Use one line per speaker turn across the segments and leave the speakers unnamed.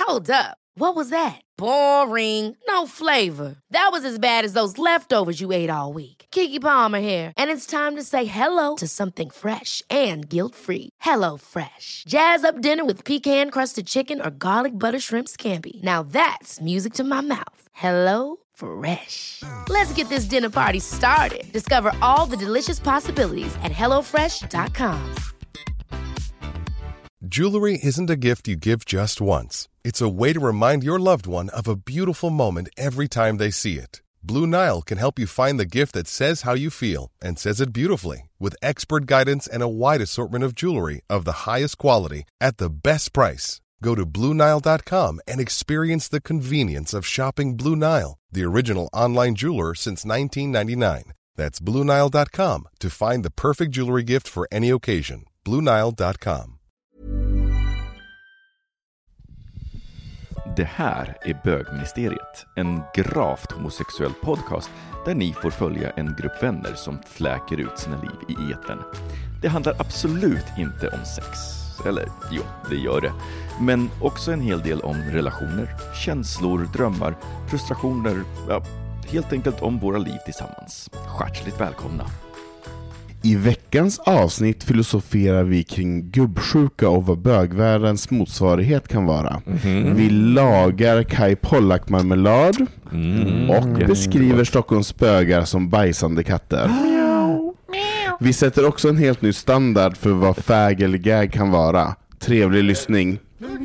Hold up. What was that? Boring. No flavor. That was as bad as those leftovers you ate all week. Keke Palmer here, and it's time to say hello to something fresh and guilt-free. Hello Fresh. Jazz up dinner with pecan-crusted chicken or garlic butter shrimp scampi. Now that's music to my mouth. Hello Fresh. Let's get this dinner party started. Discover all the delicious possibilities at hellofresh.com.
Jewelry isn't a gift you give just once. It's a way to remind your loved one of a beautiful moment every time they see it. Blue Nile can help you find the gift that says how you feel and says it beautifully, with expert guidance and a wide assortment of jewelry of the highest quality at the best price. Go to BlueNile.com and experience the convenience of shopping Blue Nile, the original online jeweler since 1999. That's BlueNile.com to find the perfect jewelry gift for any occasion. BlueNile.com.
Det här är Bögministeriet, en gravt homosexuell podcast där ni får följa en grupp vänner som fläker ut sina liv i etern. Det handlar absolut inte om sex, eller jo, det gör det. Men också en hel del om relationer, känslor, drömmar, frustrationer, ja, helt enkelt om våra liv tillsammans. Hjärtligt välkomna!
I veckans avsnitt filosoferar vi kring gubbsjuka och vad bögvärldens motsvarighet kan vara. Vi lagar Kai Pollack-marmelad och beskriver Stockholms bögar som bajsande katter. Vi sätter också en helt ny standard för vad fag eller gag kan vara. Trevlig lyssning.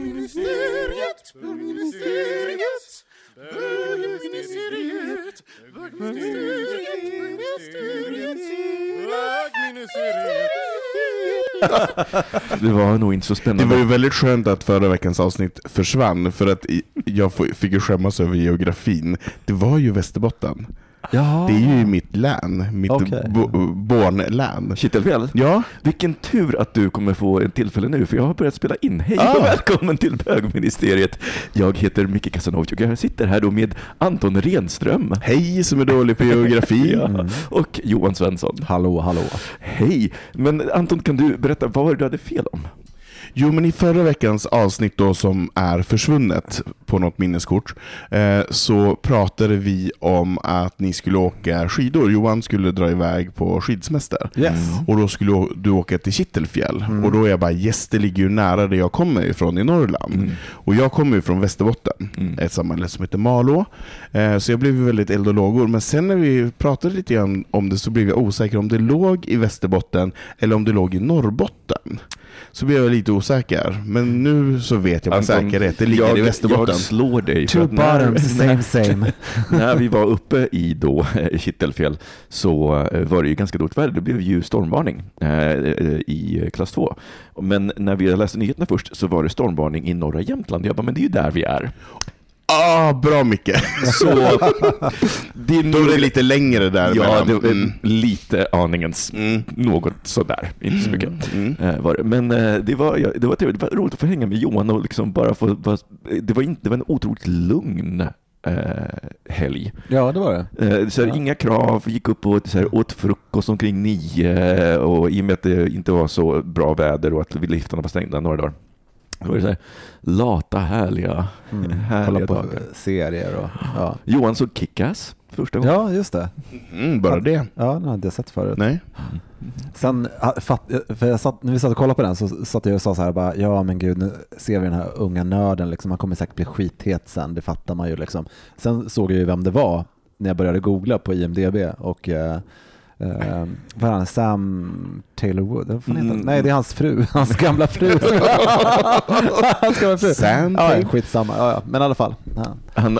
Det var nog inte så spännande.
Det var ju väldigt skönt att förra veckans avsnitt försvann, för att jag fick ju skämmas över geografin. Det var ju Västerbotten.
Jaha.
Det är ju mitt län, mitt Bornlän.
Kittelfjäll?
Ja.
Vilken tur att du kommer få en tillfälle nu, för jag har börjat spela in. Hej och välkommen till Bögministeriet. Jag heter Micke Casanova och jag sitter här då med Anton Renström.
Hej, som är dålig på geografi.
Och Johan Svensson.
Hallå.
Hej, men Anton, kan du berätta vad var det du hade fel om?
Jo, men i förra veckans avsnitt då, som är försvunnet på något minneskort, så pratade vi om att ni skulle åka skidor. Johan skulle dra iväg på skidsemester.
Yes.
Och då skulle du åka till Kittelfjäll. Och då är jag bara, det ligger ju nära där jag kommer ifrån i Norrland. Och jag kommer ju från Västerbotten, ett samhälle som heter Malå. Så jag blev ju väldigt eld och lågor. Men sen när vi pratade lite grann om det, så blev jag osäker om det låg i Västerbotten eller om det låg i Norrbotten. Så blev jag lite osäker. Men nu så vet jag med säkerhet. Det ligger i Västerbotten.
Jag slår dig.
Two bottoms, same.
När vi var uppe i då Kittelfjäll så var det ju ganska dåligt väder. Det blev ju stormvarning i klass 2. Men när vi läste nyheterna först så var det stormvarning i norra Jämtland. Jag bara, men det är ju där vi är.
Bra mycket.
Så
då är det lite längre där.
Ja, det var lite aningens något sådär, inte så mycket var det. Men det var trevligt, det var roligt att få hänga med Johan och liksom bara få, det var en otroligt lugn helg.
Ja, det var det.
Så inga krav, gick upp och så här, åt frukost omkring 9 och i och med att det inte var så bra väder och att liftarna var stängda några dagar. Då var det så här, lata, härliga
Kolla på
dagar.
serier och
Johan såg Kick-Ass första gången.
Ja, just det.
Bara det.
Ja, det hade jag sett förut.
Nej.
Sen, för när vi satt och kollade på den så satt jag och sa så här bara, ja men gud, nu ser vi den här unga nörden liksom, han kommer säkert bli skithet sen, det fattar man ju liksom. Sen såg jag ju vem det var när jag började googla på IMDb och vad är han? Sam Taylor Wood? Nej, det är hans fru. Hans gamla fru. Hans gamla fru.
Sam
skitsamma. Ja. Men i alla fall.
Han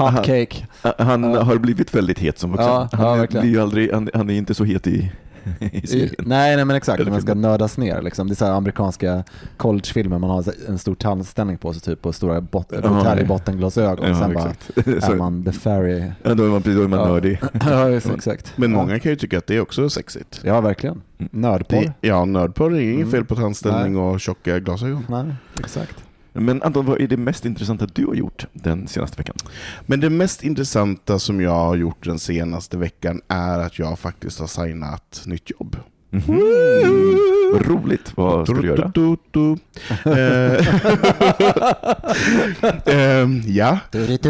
har blivit väldigt het som vuxen. Han blir ju aldrig, han är inte så het i
nej, men exakt. Man ska nördas ner liksom. Det är så här amerikanska collegefilmer, man har en stor tandställning på sig typ, och stora bottenglasögon och sen bara är man the fairy.
Ja, då är man nördig.
Ja, exakt.
Men många kan ju tycka att det är också sexigt.
Ja, verkligen. Nördporr.
Ja, nördporr är inget fel på tandställning och tjocka glasögon.
Nej, exakt.
Men Anton, vad är det mest intressanta du har gjort den senaste veckan?
Men det mest intressanta som jag har gjort den senaste veckan är att jag faktiskt har signat nytt jobb.
Vad roligt. Vad ska du göra?
Ja.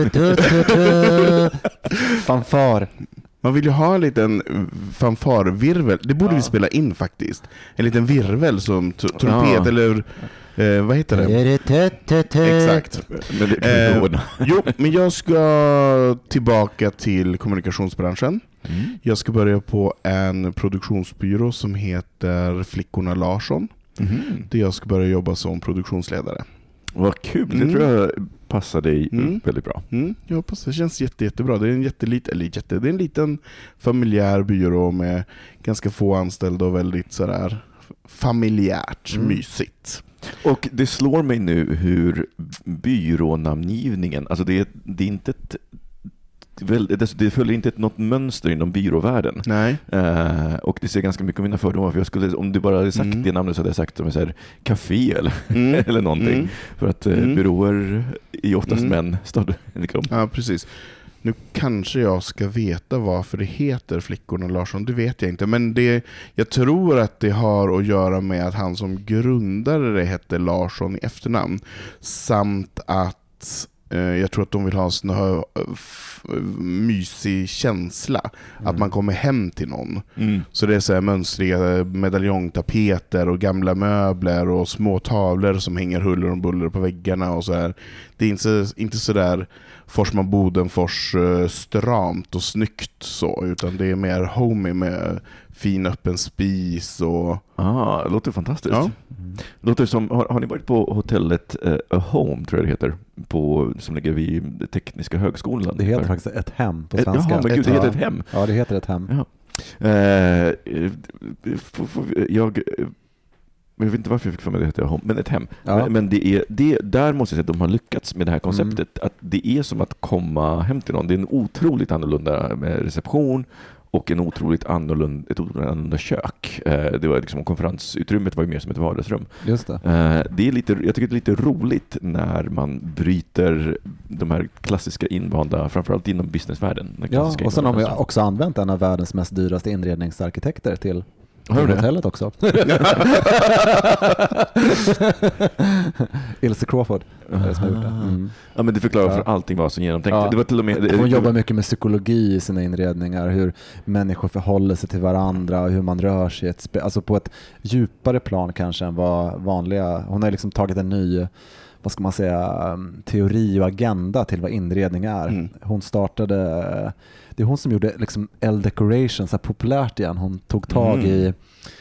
Fanfar.
Man vill ju ha en liten fanfarvirvel. Det borde vi spela in faktiskt. En liten virvel som trumpet eller vad heter det? Exakt. Jo, men jag ska tillbaka till kommunikationsbranschen. Jag ska börja på en produktionsbyrå som heter Flickorna Larsson. Där jag ska börja jobba som produktionsledare.
Vad kul, det tror jag passar dig väldigt bra.
Jag hoppas det känns jättebra. Det är en det är en liten familjär byrå med ganska få anställda och väldigt sådär familjärt mysigt.
Och det slår mig nu hur byrånamngivningen, alltså det är inte ett det följer inte något mönster inom byråvärlden.
Nej.
Och det ser ganska mycket av mina fördomar, för jag skulle, om du bara hade sagt det namnet så hade jag sagt som så här café eller någonting. För att byråer är oftast män.
Ja, precis. Nu kanske jag ska veta varför det heter Flickorna Larsson, det vet jag inte. Men jag tror att det har att göra med att han som grundade det hette Larsson i efternamn. Samt att jag tror att de vill ha en sån här mysig känsla. Att man kommer hem till någon. Så det är så här mönstriga medaljongtapeter och gamla möbler och små tavlor som hänger huller och buller på väggarna och så här. Det är inte så där Forsman Bodenfors stramt och snyggt så, utan det är mer homey med fin öppen spis och...
det låter fantastiskt.
Ja.
Låter som, har ni varit på hotellet A Home, tror jag det heter, som ligger vid Tekniska högskolan?
Det heter faktiskt ett hem på svenska.
Jaha, men gud, det heter ett hem.
Ja, det heter ett hem.
Ja. Jag vet inte varför jag fick för mig det heter Home, men ett hem.
Ja.
Men där måste jag säga att de har lyckats med det här konceptet. Att det är som att komma hem till någon. Det är en otroligt annorlunda med reception och ett otroligt annorlunda kök. Det var liksom, konferensutrymmet var ju mer som ett vardagsrum.
Just det.
Jag tycker det är lite roligt när man bryter de här klassiska invanda, framförallt inom businessvärlden.
Ja, och sen har vi också använt en av världens mest dyraste inredningsarkitekter till hotellet också. Ilse Crawford är det som har gjort det.
Ja, men det förklarar för allting var så genomtänkt.
Ja.
Det var till och med,
hon jobbar mycket med psykologi i sina inredningar, hur människor förhåller sig till varandra och hur man rör sig alltså på ett djupare plan kanske än vad vanliga. Hon har liksom tagit en ny, vad ska man säga, teori och agenda till vad inredning är. Hon startade, det är hon som gjorde liksom L-Decoration så populärt igen. Hon tog tag i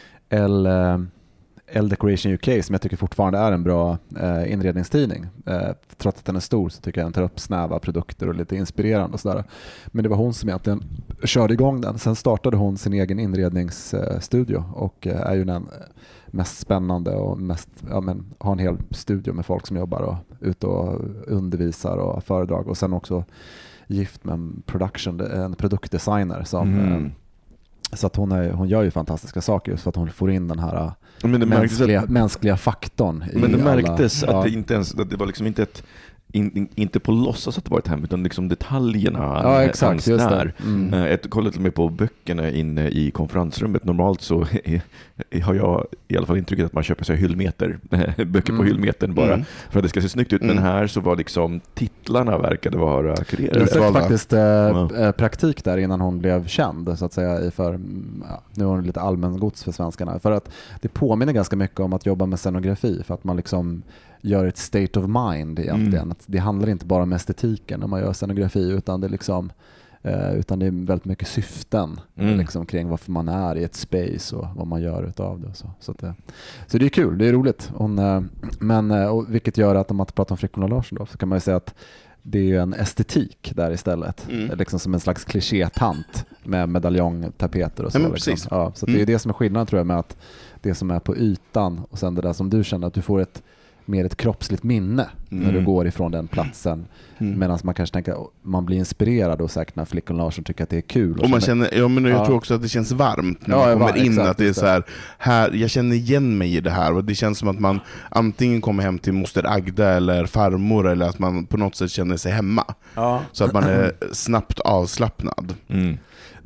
L-Decoration UK, som jag tycker fortfarande är en bra inredningstidning. Trots att den är stor så tycker jag den tar upp snäva produkter och lite inspirerande och sådär. Men det var hon som egentligen körde igång den. Sen startade hon sin egen inredningsstudio och är ju den mest spännande och har en hel studio med folk som jobbar och ut och undervisar och föredrag, och sen också gift med en produktdesigner som så att hon gör ju fantastiska saker just för att hon får in den här mänskliga faktorn i
men det märktes
alla,
att det inte ens, att det var liksom inte ett inte på låtsas att det var ett hem, utan liksom detaljerna.
Ja, exakt, just
där. Jag kollade till och med på böckerna inne i konferensrummet. Normalt så har jag i alla fall intrycket att man köper sig hyllmeter, böcker på hyllmetern bara för att det ska se snyggt ut. Men här så var liksom titlarna verkade vara kurerade.
Jag sökte faktiskt praktik där innan hon blev känd, så att säga, nu har hon lite allmängods för svenskarna. För att det påminner ganska mycket om att jobba med scenografi, för att man liksom gör ett state of mind egentligen. Det handlar inte bara om estetiken när man gör scenografi, utan det är liksom utan det är väldigt mycket syften liksom, kring varför man är i ett space och vad man gör utav det. Så det är kul, det är roligt. Och vilket gör att om man pratar om Flickorna Larsson då, så kan man ju säga att det är ju en estetik där istället. Liksom som en slags klichétant med medaljongtapeter och så. Liksom. Ja, så det är det som är skillnaden, tror jag, med att det som är på ytan och sen det där som du känner att du får ett kroppsligt minne när du går ifrån den platsen. Medan man kanske tänker man blir inspirerad, och säkert när Flickorna Larsson tycker att det är kul.
Och man känner, jag tror också att det känns varmt när man kommer in, exakt, att det är så här, jag känner igen mig i det här, och det känns som att man antingen kommer hem till moster Agda eller farmor, eller att man på något sätt känner sig hemma. Så att man är snabbt avslappnad.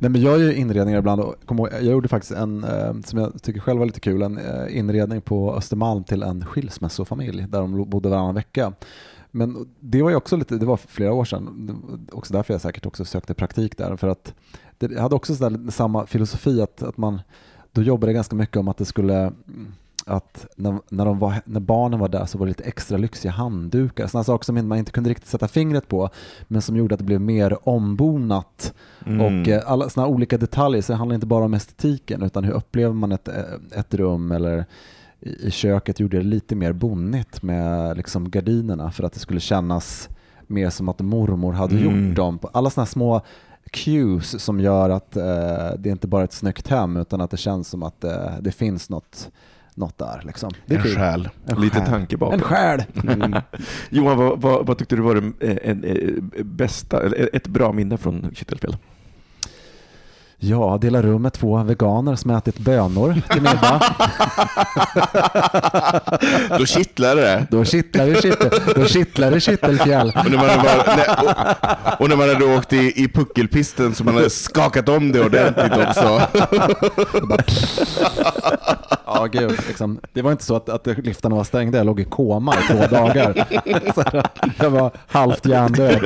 Nej, men jag gör ju inredningar ibland. Och jag gjorde faktiskt en, som jag tycker själv var lite kul, en inredning på Östermalm till en skilsmässofamilj där de bodde varannan vecka. Men det var ju också lite, det var flera år sedan, också därför jag säkert också sökte praktik där, för att det hade också samma filosofi att man då jobbade ganska mycket om att det skulle, att när barnen var där så var det lite extra lyxiga handdukar, sådana saker som man inte kunde riktigt sätta fingret på, men som gjorde att det blev mer ombonat och alla sådana olika detaljer. Så det handlar inte bara om estetiken, utan hur upplever man ett rum, eller i köket gjorde det lite mer bonnigt med liksom gardinerna för att det skulle kännas mer som att mormor hade gjort dem. Alla sådana små cues som gör att det inte bara är ett snyggt hem, utan att det känns som att det finns något där. Liksom. Det är
en själ.
Lite tanke bakom.
En själ.
Johan, vad tyckte du var bästa, eller ett bra minne från Kittelfjäll?
Ja, dela rum med 2 veganer som ätit bönor till middag.
Då kittlar det.
Då kittlar det Kittelfjäll.
Och när man hade åkt i puckelpisten så man hade skakat om det ordentligt också.
Ja, gud. Liksom. Det var inte så att liftarna var stängda. Jag låg i koma i 2 dagar. Jag var halvt hjärndöd.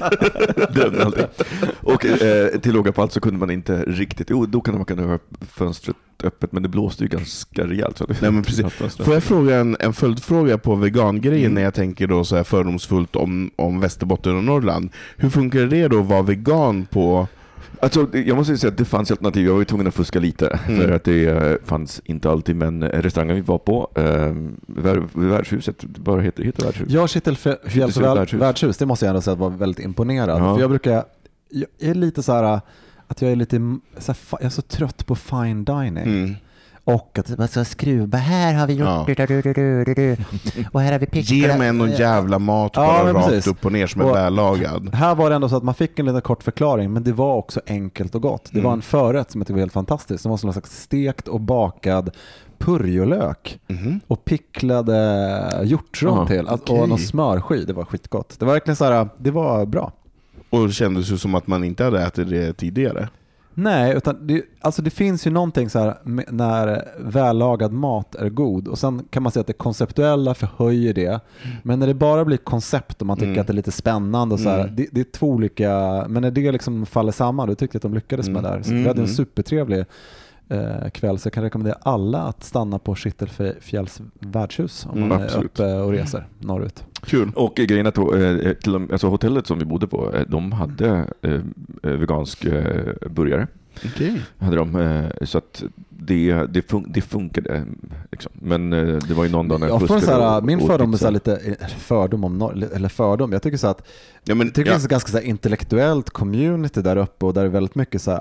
Och till låga på allt så kunde man inte riktigt, då kunde man ha fönstret öppet, men det blåste ju ganska rejält.
Nej, men precis. Får jag fråga en följdfråga på vegangrejen när jag tänker då så här fördomsfullt om Västerbotten och Norrland. Hur funkar det då att vara vegan på...
Alltså, jag måste säga att det fanns alternativ. Jag var ju tvungen att fuska lite för att det fanns inte alltid, men restaurangen vi var på, värdshuset, bara heter världshus.
Ja, Kittelfjälls värdshus, det måste jag ändå säga var väldigt imponerad.
Ja.
För jag är lite så här att jag är lite så här, jag är så trött på fine dining. Och att man ska skruva, här har vi gjort och här har vi pickat.
Ge mig någon jävla mat bara rakt upp och ner som är vällagad.
Här var det ändå så att man fick en liten kort förklaring, men det var också enkelt och gott. Det var en förrätt som jag tyckte var helt fantastisk. Det var som en slags stekt och bakad purjolök och picklade hjortron till. Och någon smörsky. Det var skitgott. Det var verkligen så här, det var bra.
Och det kändes ju som att man inte hade ätit det tidigare.
Nej, utan det finns ju någonting så här när vällagad mat är god, och sen kan man säga att det konceptuella förhöjer det, men när det bara blir koncept och man tycker att det är lite spännande och så här, det är 2 olika, men när det liksom faller samman, då tyckte jag att de lyckades med det här. Så vi hade en supertrevlig kväll, så jag kan rekommendera alla att stanna på Kittelfjälls värdshus om man är uppe och reser norrut.
Kul. Och grejen är att alltså hotellet som vi bodde på, de hade vegansk burgare.
Okay.
Hade de, så att det funkade liksom. Men det var ju någon dag när jag fuskade.
Min fördom är så lite fördom. Jag tycker så att det finns ett ganska så här intellektuellt community där uppe, och där är väldigt mycket så här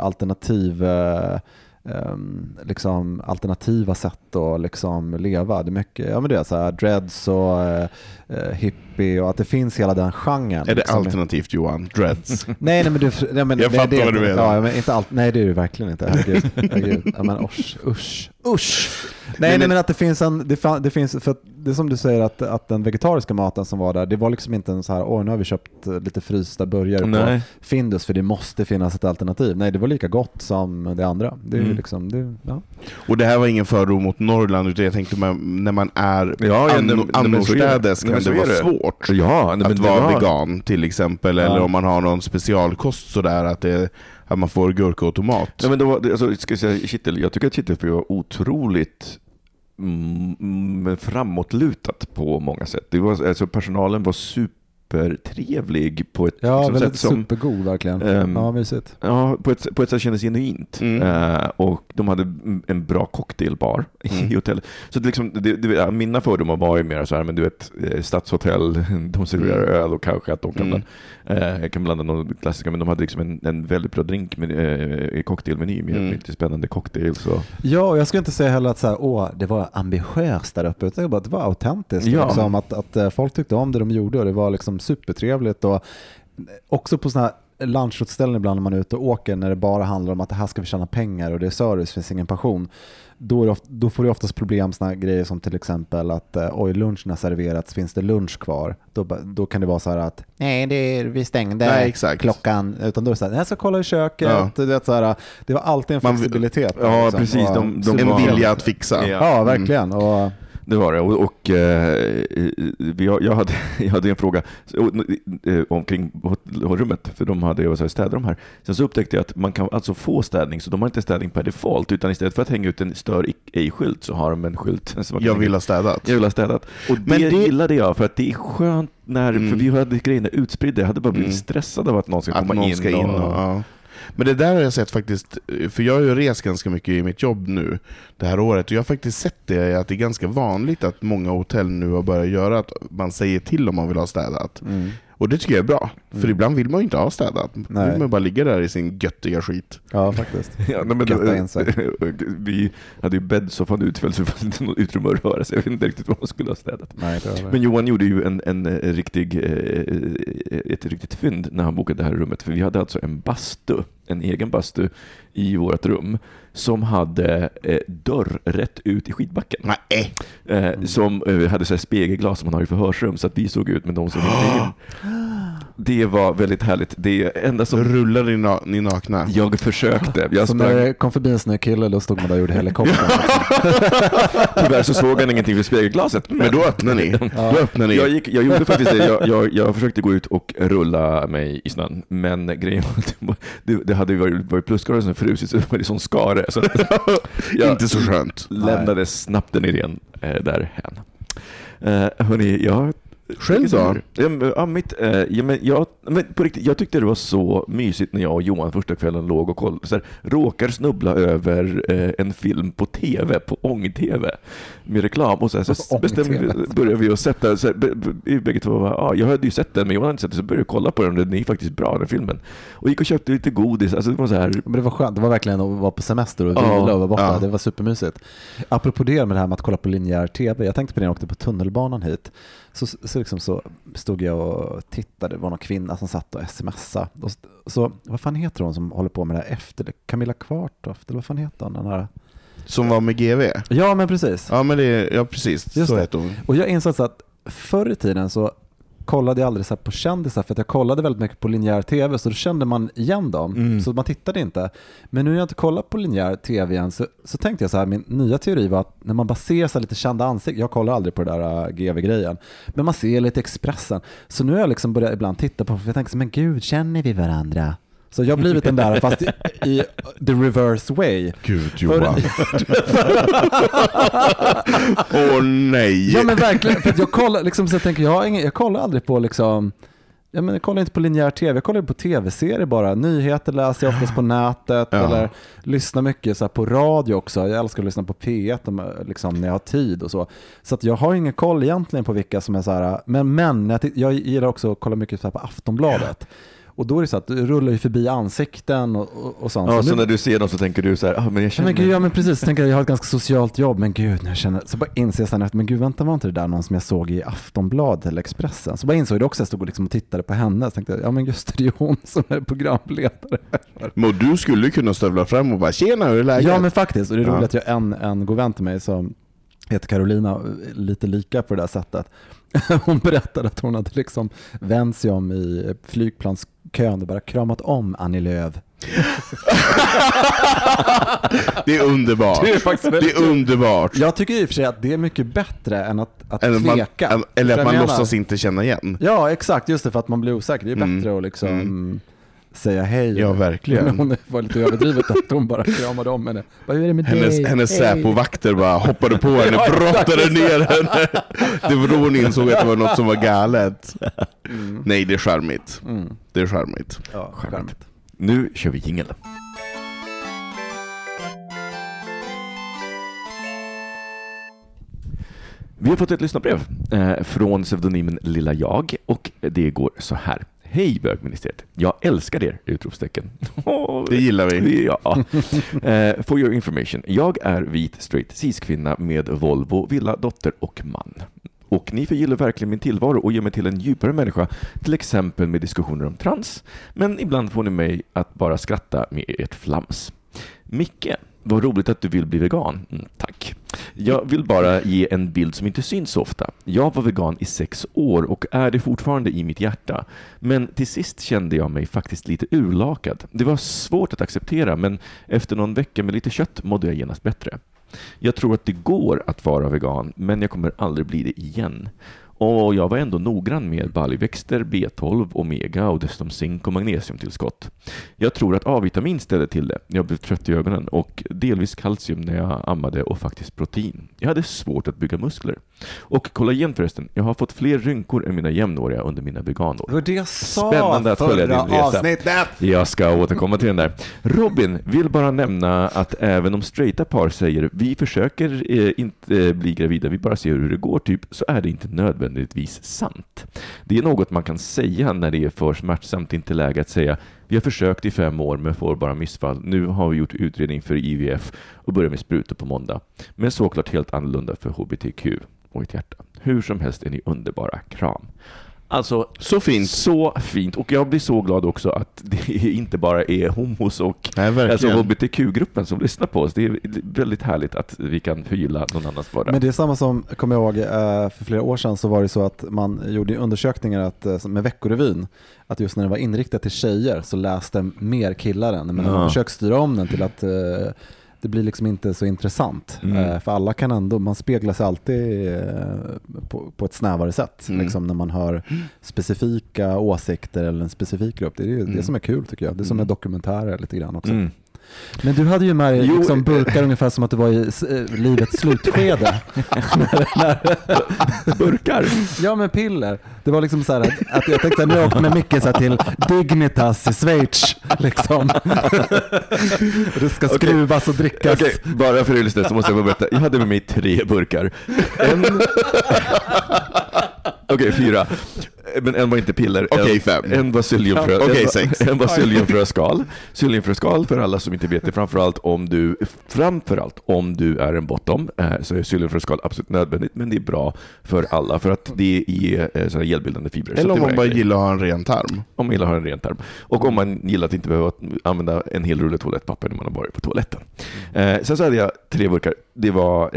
liksom alternativa sätt att liksom leva. Det är mycket, men det är så här dreads och hippie, och att det finns hela den genren.
Är det liksom alternativt, Johan? Dreads?
nej, men
jag fattar vad du menar.
Ja, men inte allt. Nej, det är det verkligen inte. Herregud. Ja, men usch. Nej, men att det finns det finns, för att det är som du säger, att den vegetariska maten som var där, det var liksom inte en så här, nu har vi köpt lite frysta burgare på Findus för det måste finnas ett alternativ. Nej, det var lika gott som det andra. Det är liksom
Och det här var ingen fördom mot Norrland, utan jag tänkte när man är annorstädes kan det vara svårt att vara vegan till exempel, eller om man har någon specialkost sådär att man får gurka och tomat.
Ja, men då, alltså, ska jag säga Kittel, jag tycker att Kittel var otroligt framåtlutat på många sätt. Det var, alltså, personalen var supertrevlig på ett
väldigt
sätt som
supergod verkligen. Mysigt.
Ja, på ett sätt kändes genuint. Och de hade en bra cocktailbar i hotellet. Så mina fördomar var ju mer så här, men du vet, stadshotell, de serverar öl och kanske att de kan blanda någon klassiker, men de hade liksom en väldigt bra drink med cocktailmeny med lite spännande cocktails.
Ja, jag skulle inte säga heller att så här, det var ambitiöst där uppe, utan det var autentiskt. Ja. Liksom, att folk tyckte om det de gjorde, och det var liksom supertrevligt, och också på såna här lunchutställning ibland när man är ute och åker, när det bara handlar om att det här ska vi tjäna pengar och det är service, finns ingen passion. Då får du oftast problem, såna grejer som till exempel att lunchen har serverats, finns det lunch kvar? Då kan det vara så här att vi stängde klockan, utan då är det så här, jag ska kolla i köket. Det var alltid en flexibilitet.
Ja,
liksom.
precis.
En vilja att fixa.
Ja, verkligen. Och
det var det. Och jag hade en fråga omkring rummet, för de hade ju städat de här. Sen så upptäckte jag att man kan alltså få städning, så de har inte städning per default, utan istället för att hänga ut en stör ej-skylt så har de en skylt.
Jag vill ha städat.
Och det gillade jag, för att det är skönt för vi hade grejerna utspridda. Jag hade bara blivit stressad av att någon ska komma in.
Ja. Men det där har jag sett faktiskt, för jag har ju rest ganska mycket i mitt jobb nu det här året, och jag har faktiskt sett det, att det är ganska vanligt att många hotell nu har börjat göra att man säger till om man vill ha städat. Och det tycker jag är bra, för ibland vill man ju inte ha städat. Man vill bara ligga där i sin göttiga skit.
Ja, faktiskt.
Vi hade ju bäddsoffan utfälld, så det fanns inte något utrymme att röra sig. Jag vet inte riktigt vad man skulle ha städat. Men Johan gjorde ju ett riktigt fynd när han bokade det här rummet. För vi hade alltså en egen bastu i vårt rum som hade dörr rätt ut i skidbacken. Som hade så här spegelglas som man har i förhörsrum, så att vi såg ut, men de såg inte in. Det var väldigt härligt. Det enda som
rullade ni nakna.
Jag försökte.
Så när det kom förbi en snö kille, då stod man där och gjorde helikoptern.
Tyvärr så såg han ingenting vid spegelglaset.
Men då öppnade ni.
Jag gjorde faktiskt det. Jag försökte gå ut och rulla mig i snön. Men grejen var att det hade varit plusgrader som frusit, så det var sån skare. Så
inte så skönt.
Lämnade snabbt den idén därhen. Hörni,
själv då?
Men på riktigt, jag tyckte det var så mysigt när jag och Johan första kvällen låg och kollade, råkar snubbla över en film på tv, på ång-tv med reklam, och så började vi att sätta bägge två, jag hade ju sett den, men Johan hade inte sett den, så började jag kolla på den, och den är faktiskt bra, den filmen, och gick och köpte lite godis. Alltså det var så här. Men
det var skönt, det var verkligen att vara på semester och vila och vara borta. Det var supermysigt. Apropå det med det här med att kolla på linjär tv, jag tänkte på det när jag åkte på tunnelbanan hit. Så stod jag och tittade, det var någon kvinna som satt och smsade. Så vad fan heter hon som håller på med det här efter? Camilla Kvartoft, eller vad fan heter hon? Den här?
Som var med GV?
Ja, men precis.
Precis.
Just
så
det.
heter hon.
Och jag insåg att förr i tiden så kollade jag aldrig så här på kändisar, för att jag kollade väldigt mycket på linjär tv, så då kände man igen dem, så man tittade inte. Men nu när jag inte kollar på linjär tv igen, så tänkte jag så här, min nya teori var att när man bara ser så lite kända ansikten, jag kollar aldrig på det där GV-grejen, men man ser lite Expressen, så nu har jag liksom börjat ibland titta på, för jag tänker så, men gud, känner vi varandra? Så jag har blivit den där, fast i the reverse way.
Gud, Johan. Nej.
Ja, men verkligen. För att jag kollar, liksom, så jag tänker, jag kollar aldrig på liksom, jag kollar inte på linjär tv, jag kollar på tv-serier bara. Nyheter läser jag oftast på nätet, eller lyssnar mycket så här på radio också. Jag älskar att lyssna på P1 liksom, när jag har tid och så. Så att jag har ingen koll egentligen på vilka som är så här. Men jag gillar också att kolla mycket så här på Aftonbladet. Och då är det så att du rullar ju förbi ansikten och sånt.
Ja, så när du ser dem så tänker du så här, men jag känner...
Men gud, men precis, så tänker jag har ett ganska socialt jobb, men gud, när jag känner... Så bara inser jag sen att, men gud, vänta, var inte det där någon som jag såg i Aftonbladet eller Expressen? Så bara insåg jag det också, jag stod liksom och tittade på henne, så tänkte jag, men just det är hon som är programledare.
Men du skulle kunna stövla fram och bara, tjena, hur är läget?
Ja, men faktiskt, och det är roligt att jag en god vän till mig som heter Carolina, lite lika på det där sättet. Hon berättade att hon hade liksom vänt sig om i flygplanskön och bara kramat om Annie Lööf.
Det är underbart.
Det är faktiskt
det är underbart.
Jag tycker i och för sig att det är mycket bättre än att tveka.
Eller att man låtsas inte känna igen.
Ja, exakt. Just det, för att man blir osäker. Det är bättre att liksom... säga hej.
Ja, verkligen.
Men hon var lite överdrivet att hon bara kramade om henne. Vad är det med dig?
Hennes säpovakter bara hoppade på henne, brottade ner henne. Det var då hon insåg att det var något som var galet. Nej, det är charmigt. Det är charmigt.
Ja, charmigt.
Nu kör vi jingle. Vi har fått ett lyssnarbrev från pseudonymen Lilla Jag, och det går så här. Hej bögministeriet, jag älskar er! Utropstecken.
Det gillar vi.
Ja. For your information, jag är vit straight cis-kvinna med Volvo, villa, dotter och man. Och ni förgillar verkligen min tillvaro och gör mig till en djupare människa, till exempel med diskussioner om trans. Men ibland får ni mig att bara skratta med ert flams. Micke, vad roligt att du vill bli vegan. Tack. Jag vill bara ge en bild som inte syns så ofta. Jag var vegan i 6 år och är det fortfarande i mitt hjärta. Men till sist kände jag mig faktiskt lite urlakad. Det var svårt att acceptera, men efter någon vecka med lite kött mådde jag genast bättre. Jag tror att det går att vara vegan, men jag kommer aldrig bli det igen. Och jag var ändå noggrann med baljväxter, B12, omega och dessutom zink och magnesiumtillskott. Jag tror att A-vitamin ställde till det. Jag blev trött i ögonen och delvis kalcium när jag ammade och faktiskt protein. Jag hade svårt att bygga muskler. Och kollagen förresten, jag har fått fler rynkor än mina jämnåriga under mina veganår.
Det var det jag sa.
Spännande att följa din resa.
Avsnittet.
Jag ska återkomma till den där. Robin vill bara nämna att även om straighta par säger vi försöker inte bli gravida, vi bara ser hur det går typ, så är det inte nödvändigtvis sant. Det är något man kan säga när det är för smärtsamt, inte läge att säga vi har försökt i 5 år men får bara missfall. Nu har vi gjort utredning för IVF och börjar med sprutor på måndag. Men såklart helt annorlunda för HBTQ och ett hjärta. Hur som helst är ni underbara. Kram. Alltså,
så fint.
Så fint. Och jag blir så glad också att det inte bara är homos och alltså HBTQ-gruppen som lyssnar på oss. Det är väldigt härligt att vi kan förgylla någon annans vardag.
Men det är samma som, kommer jag ihåg, för flera år sedan så var det så att man gjorde undersökningar att, med Veckorevyn, att just när det var inriktat till tjejer så läste mer killar än. Men man försöker styra om den till att det blir liksom inte så intressant. För alla kan ändå, man speglar sig alltid på ett snävare sätt. Liksom när man hör specifika åsikter eller en specifik grupp. Det är ju det som är kul tycker jag. Det som är dokumentärer lite grann också. Men du hade ju med dig liksom burkar ungefär som att du var i livets slutskede.
Burkar?
Ja, med piller. Det var liksom så här att jag tänkte att nu åkte med mycket så här till Dignitas i Schweiz liksom. Det ska skruvas och drickas.
Okej, bara för det så måste jag berätta. Jag hade med mig 3 burkar. Okej, 4. Men en var inte piller.
Okej, 5.
En var psylliumfrö.
Okej, 6.
En var psylliumfröskal. Psylliumfröskal, för alla som inte vet det, framförallt om du är en bottom, så är psylliumfröskal absolut nödvändigt, men det är bra för alla för att det ger sådana gelbildande fibrer.
Eller om man bara gillar att ha en ren tarm.
Om man gillar att ha en ren tarm. Och om man gillar att inte behöva använda en hel rulle toalettpapper när man har varit på toaletten. Sen så hade jag 3 burkar. Det var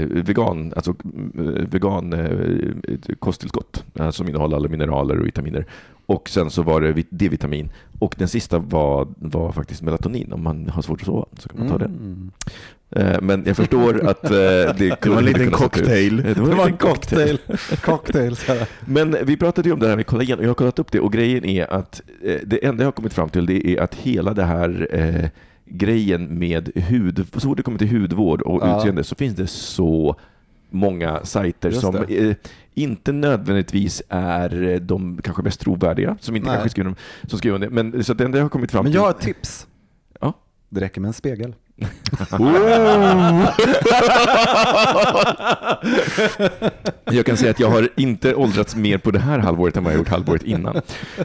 vegan kosttillskott som innehåller alla mineraler och vitaminer. Och sen så var det D-vitamin. Och den sista var faktiskt melatonin. Om man har svårt att sova så kan man ta det. Men jag förstår att det
var en liten cocktail.
Det var en cocktail.
Cocktail.
Men vi pratade ju om det här med kollagen och jag har kollat upp det. Och grejen är att det enda jag har kommit fram till det är att hela det här grejen med så fort det kommer till hudvård och utseende så finns det så många sajter som inte nödvändigtvis är de kanske mest trovärdiga, som inte kanske skriver om det. Men så det enda jag har kommit fram till.
Men jag har ett tips.
Ja.
Det räcker med en spegel.
Jag kan säga att jag har inte åldrats mer på det här halvåret än vad jag gjort halvåret innan.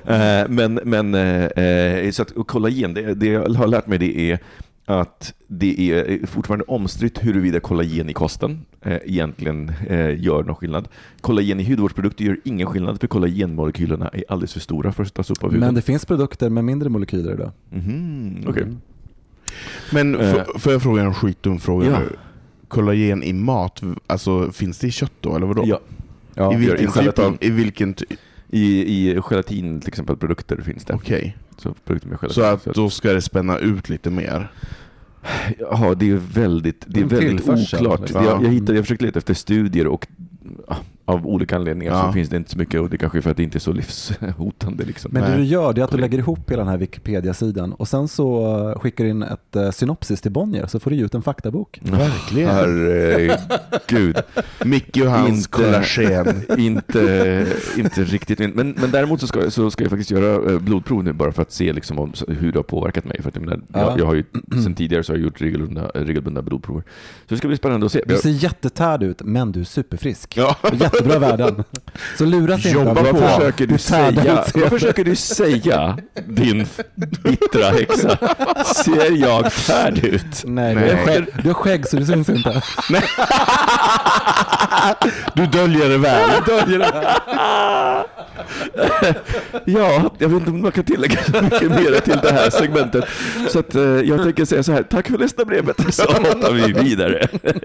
Så att kolla igen, det jag har lärt mig det är att det är fortfarande omstritt huruvida kollagen i kosten egentligen gör någon skillnad. Kollagen i hudvårdsprodukter gör ingen skillnad för kollagenmolekylerna är alldeles för stora för att tas upp av huden.
Men det finns produkter med mindre molekyler då.
Okej.
Men får jag fråga en skitdum fråga nu? Kollagen i mat, alltså finns det i kött då eller vadå?
Ja.
I vilken
i gelatin till exempel produkter finns det.
Okej.
Så
att då ska det spänna ut lite mer.
Ja, det är väldigt oklart.
Liksom.
Jag försökte leta efter studier och av olika anledningar så finns det inte så mycket och det kanske är för att det inte är så livshotande liksom.
Men det du gör det är att du lägger ihop hela den här Wikipedia-sidan och sen så skickar du in ett synopsis till Bonnier så får du ut en faktabok.
Verkligen.
Herregud.
Micke och hans kollagen.
Inte riktigt. Men däremot så ska jag faktiskt göra blodprov nu bara för att se liksom hur det har påverkat mig. För att jag har ju sen tidigare så har jag gjort regelbundna blodprover. Så det ska bli spännande att se.
Du ser jättetärd ut men du är superfrisk.
Ja.
Bra värden. Så luras inte.
Vad försöker du säga, din bittra häxa? Ser jag färd ut?
Nej. Du har skägg så det syns inte.
Nej. Du döljer det väl.
Ja, jag vet inte om man kan tillägga så mycket mer till det här segmentet. Så att jag tänker säga så här, tack för nästa brevet, så hoppar vi vidare.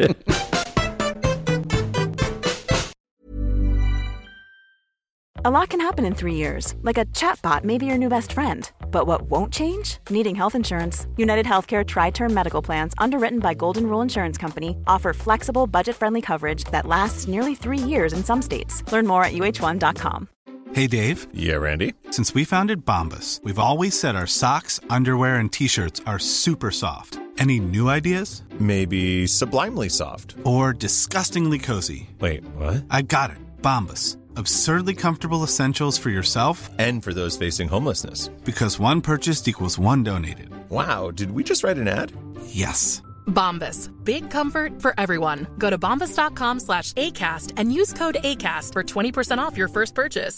A lot can happen in 3 years, like a chatbot may be your new best friend. But what won't change? Needing health insurance. United Healthcare Tri-Term Medical Plans, underwritten by Golden Rule Insurance Company, offer flexible, budget-friendly coverage that lasts nearly 3 years in some states. Learn more at uh1.com.
Hey, Dave.
Yeah, Randy?
Since we founded Bombas, we've always said our socks, underwear, and T-shirts are super soft. Any new ideas?
Maybe sublimely soft.
Or disgustingly cozy.
Wait, what?
I got it. Bombas. Absurdly comfortable essentials for yourself
And for those facing homelessness.
because one purchased equals one donated.
Wow, did we just write an ad?
Yes.
Bombas. Big comfort for everyone. Go to bombas.com/ACAST and use code ACAST for 20% off your first purchase.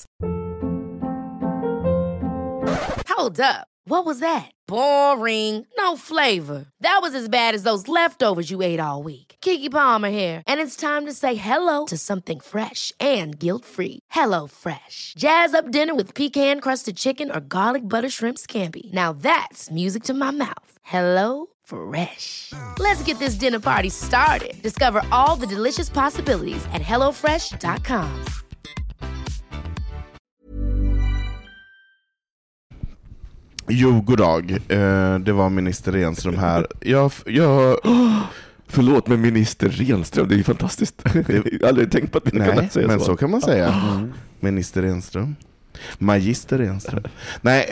Hold up. What was that? Boring. No flavor. That was as bad as those leftovers you ate all week. Keke Palmer here, and it's time to say hello to something fresh and guilt-free. Hello Fresh. Jazz up dinner with pecan-crusted chicken or garlic butter shrimp scampi. Now that's music to my mouth. Hello Fresh. Let's get this dinner party started. Discover all the delicious possibilities at hellofresh.com.
Jo, god dag. Det var minister Renström här. Jag
Förlåt, men minister Renström, det är ju fantastiskt. Jag har aldrig tänkt på att vi kan säga så.
Men så kan man säga. Minister Renström. Magister Renström. Nej,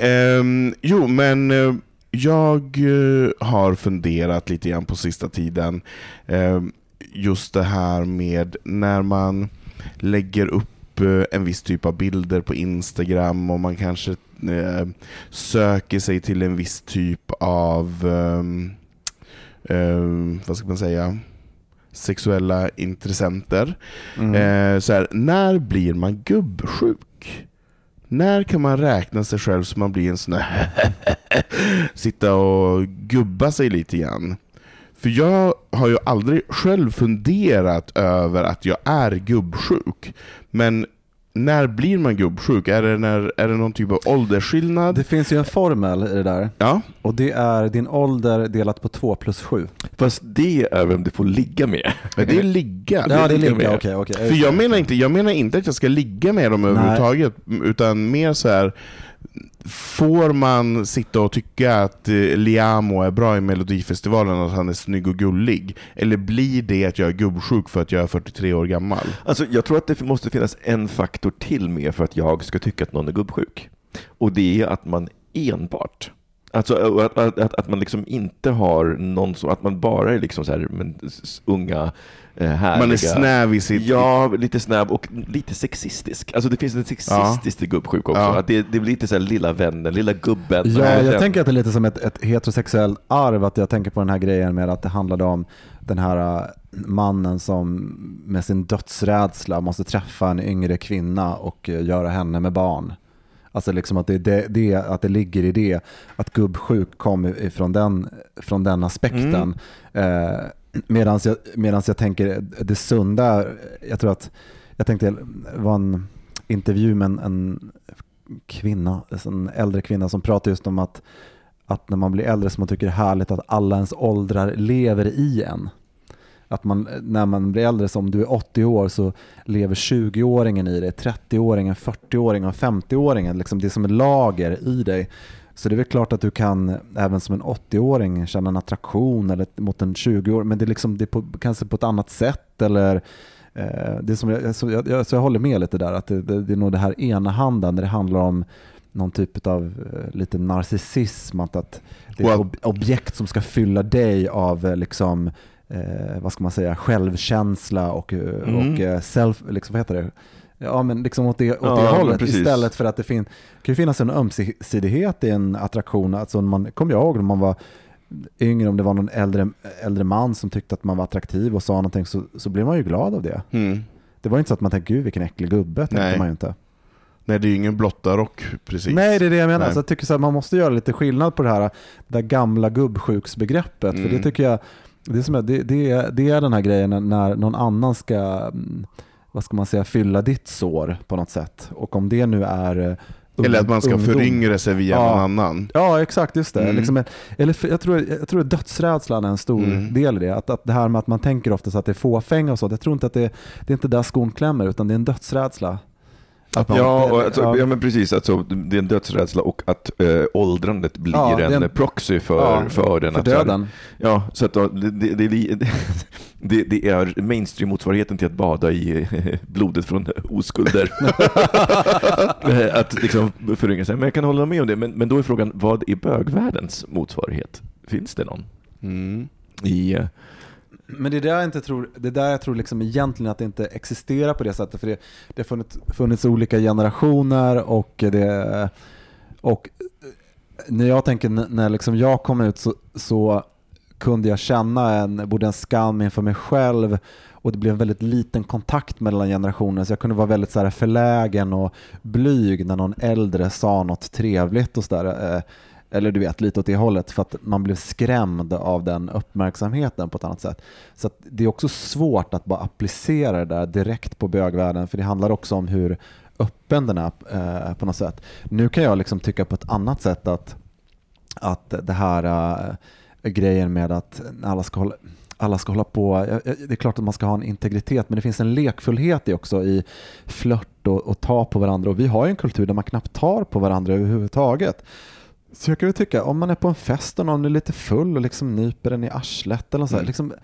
jag har funderat lite grann på sista tiden. Just det här med när man lägger upp en viss typ av bilder på Instagram och man kanske söker sig till en viss typ av vad ska man säga, sexuella intressenter. Så här, när blir man gubbsjuk? När kan man räkna sig själv så man blir en sån här sitta och gubba sig lite grann? För jag har ju aldrig själv funderat över att jag är gubbsjuk. Men när blir man gubbsjuk? Är det någon typ av åldersskillnad?
Det finns ju en formel i det där.
Ja.
Och det är din ålder delat på 2 + 7.
Fast det är vem du får ligga med.
Det är ligga.
Ja, det är ligga. Okej.
För jag menar inte att jag ska ligga med dem överhuvudtaget. Utan mer så här, får man sitta och tycka att Liamo är bra i Melodifestivalen, att han är snygg och gullig? Eller blir det att jag är gubbsjuk för att jag är 43 år gammal?
Alltså, jag tror att det måste finnas en faktor till med för att jag ska tycka att någon är gubbsjuk. Och det är att man enbart, alltså att man liksom inte har någon som, att man bara är liksom så här, men unga, härliga.
Man är snäv i sitt...
Ja, lite snäv och lite sexistisk. Alltså det finns en sexistisk gubbsjuk också.
Ja.
Att det blir lite så här lilla vännen, lilla gubben.
Ja, jag tänker att det är lite som ett heterosexuellt arv. Att jag tänker på den här grejen med att det handlade om den här mannen som med sin dödsrädsla måste träffa en yngre kvinna och göra henne med barn. Alltså liksom att att det ligger i det, att gubbsjuk kommer från den aspekten. Medan jag tänker det sunda, jag tänkte det var en intervju med en kvinna, en äldre kvinna som pratar just om att när man blir äldre så man tycker det är härligt att alla ens åldrar lever i en. Att när man blir äldre, som du är 80 år, så lever 20-åringen i dig, 30-åringen, 40-åringen och 50-åringen. Liksom det är som ett lager i dig. Så det är väl klart att du kan även som en 80-åring känna en attraktion eller mot en 20-åring, men det är liksom kanske på ett annat sätt, eller det är som så jag håller med lite där, att det är nog det här ena handen när det handlar om någon typ av lite narcissism, att det är ett objekt som ska fylla dig av liksom vad ska man säga, självkänsla och self, liksom, vad heter det? Ja, men liksom åt det hållet, istället för att det kan ju finnas en ömsesidighet i en attraktion. Alltså man kommer jag ihåg när man var yngre, om det var någon äldre man som tyckte att man var attraktiv och sa någonting, så blev man ju glad av det. det var inte så att man tänkte, gud vilken äcklig gubbe, tänkte man ju inte.
Nej, det är ju ingen blottarock precis.
Nej, det är det jag menar. Så jag tycker så här, man måste göra lite skillnad på det där gamla gubbsjuksbegreppet. För det tycker jag, det är den här grejen när någon annan ska, vad ska man säga, fylla ditt sår på något sätt. Och om det nu är
eller att man ska föryngra sig via någon annan.
Ja, exakt, just det. Liksom, jag tror att dödsrädslan är en stor del i det. Att det här med att man tänker ofta så att det är fåfänga och så. Jag tror inte att det är inte där skon klämmer, utan det är en dödsrädsla.
Men precis, alltså, det är en dödsrädsla och att åldrandet blir en proxy för den.
För döden.
Så att det är mainstream-motsvarigheten till att bada i blodet från oskulder. Att liksom förynga sig. Men jag kan hålla med om det. Men då är frågan, vad är bögvärldens motsvarighet? Finns det någon?
Men det är där jag tror liksom egentligen att det inte existerar på det sättet, för det har funnits olika generationer och när jag tänker, när liksom jag kom ut så kunde jag känna både en skam inför mig själv, och det blev en väldigt liten kontakt mellan generationer, så jag kunde vara väldigt så här förlägen och blyg när någon äldre sa något trevligt och så där. Eller du vet, lite åt det hållet, för att man blev skrämd av den uppmärksamheten på ett annat sätt. Så att det är också svårt att bara applicera det där direkt på bögvärlden, för det handlar också om hur öppen den är på något sätt. Nu kan jag liksom tycka på ett annat sätt att det här grejen med att alla ska hålla på, det är klart att man ska ha en integritet, men det finns en lekfullhet också i flört och ta på varandra, och vi har ju en kultur där man knappt tar på varandra överhuvudtaget. Så jag kan väl tycka, om man är på en fest och någon är lite full och liksom nyper den i arslet eller så här, liksom,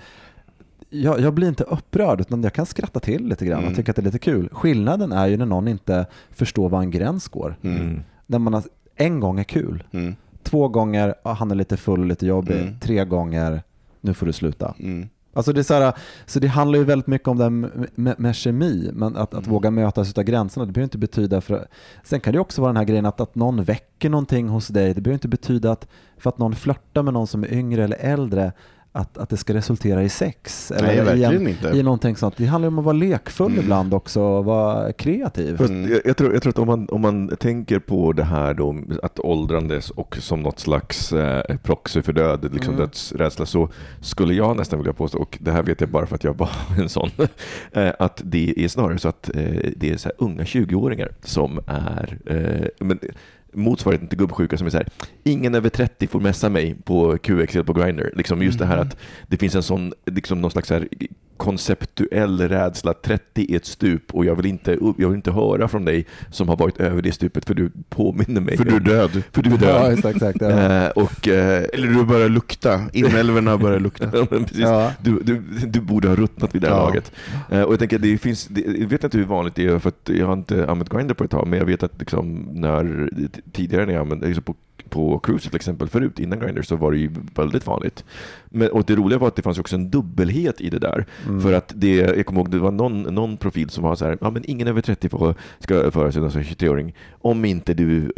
jag blir inte upprörd, utan jag kan skratta till lite grann och tycka att det är lite kul. Skillnaden är ju när någon inte förstår var en gräns går. När man en gång är kul, 2 gånger han är lite full och lite jobbig, 3 gånger nu får du sluta. Alltså det är så här, så det handlar ju väldigt mycket om det med kemi, men att våga mötas av gränserna, det behöver inte betyda sen kan det också vara den här grejen att någon väcker någonting hos dig, det behöver inte betyda att för att någon flörtar med någon som är yngre eller äldre att det ska resultera i sex.
Nej,
eller
verkligen inte.
I någonting sånt. Det handlar om att vara lekfull ibland också och vara kreativ.
Jag tror att om man tänker på det här då, att åldrandes och som något slags proxy för död, liksom dödsrädsla, så skulle jag nästan vilja påstå, och det här vet jag bara för att jag var en sån, att det är snarare så att det är så här unga 20-åringar som är motsvarigheten till gubbsjuka, som är så här: ingen över 30 får messa mig på QX eller på Grindr. Liksom just det här att det finns en sån, liksom någon slags så här konceptuell rädsla. 30 är ett stup, och jag vill inte höra från dig som har varit över det stupet, för du påminner mig.
För du är död.
Ja, exakt. Ja.
Eller
du börjar lukta. Inälvorna börjar lukta.
Precis. Ja. Du borde ha ruttnat vid det här laget. Och jag tänker, jag vet inte hur vanligt det är, för att jag har inte använt Grindr på ett tag, men jag vet att liksom tidigare när jag använde liksom på Cruise till exempel, förut innan Grindr, så var det ju väldigt vanligt. Och det roliga var att det fanns också en dubbelhet i det där. För att jag kommer ihåg, det var någon profil som var så här: men ingen över 30 ska föra sig som 23-åring om inte du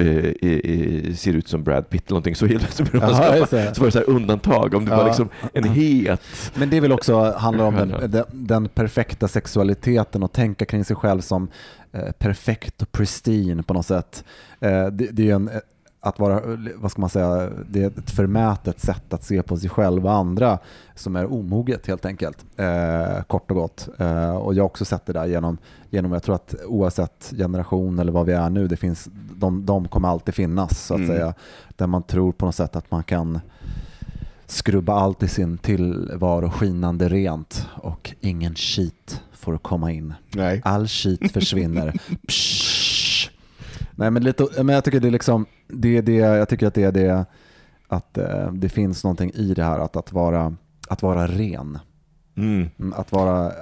ser ut som Brad Pitt eller någonting, så helt så var det så här undantag om det var liksom en het. Men
det vill också handla om den perfekta sexualiteten och tänka kring sig själv som perfekt och pristine på något sätt. Det är ju att vara, vad ska man säga, det är ett förmätet sätt att se på sig själv och andra som är omoget helt enkelt, kort och gott. Och jag har också sett det där genom jag tror att oavsett generation eller vad vi är nu, det finns, de kommer alltid finnas så att säga, där man tror på något sätt att man kan skrubba allt i sin tillvaro skinande rent och ingen skit får komma in.
Nej.
All skit försvinner. Nej, men jag tycker det är liksom jag tycker att det är det, att det finns någonting i det här att vara ren. Att vara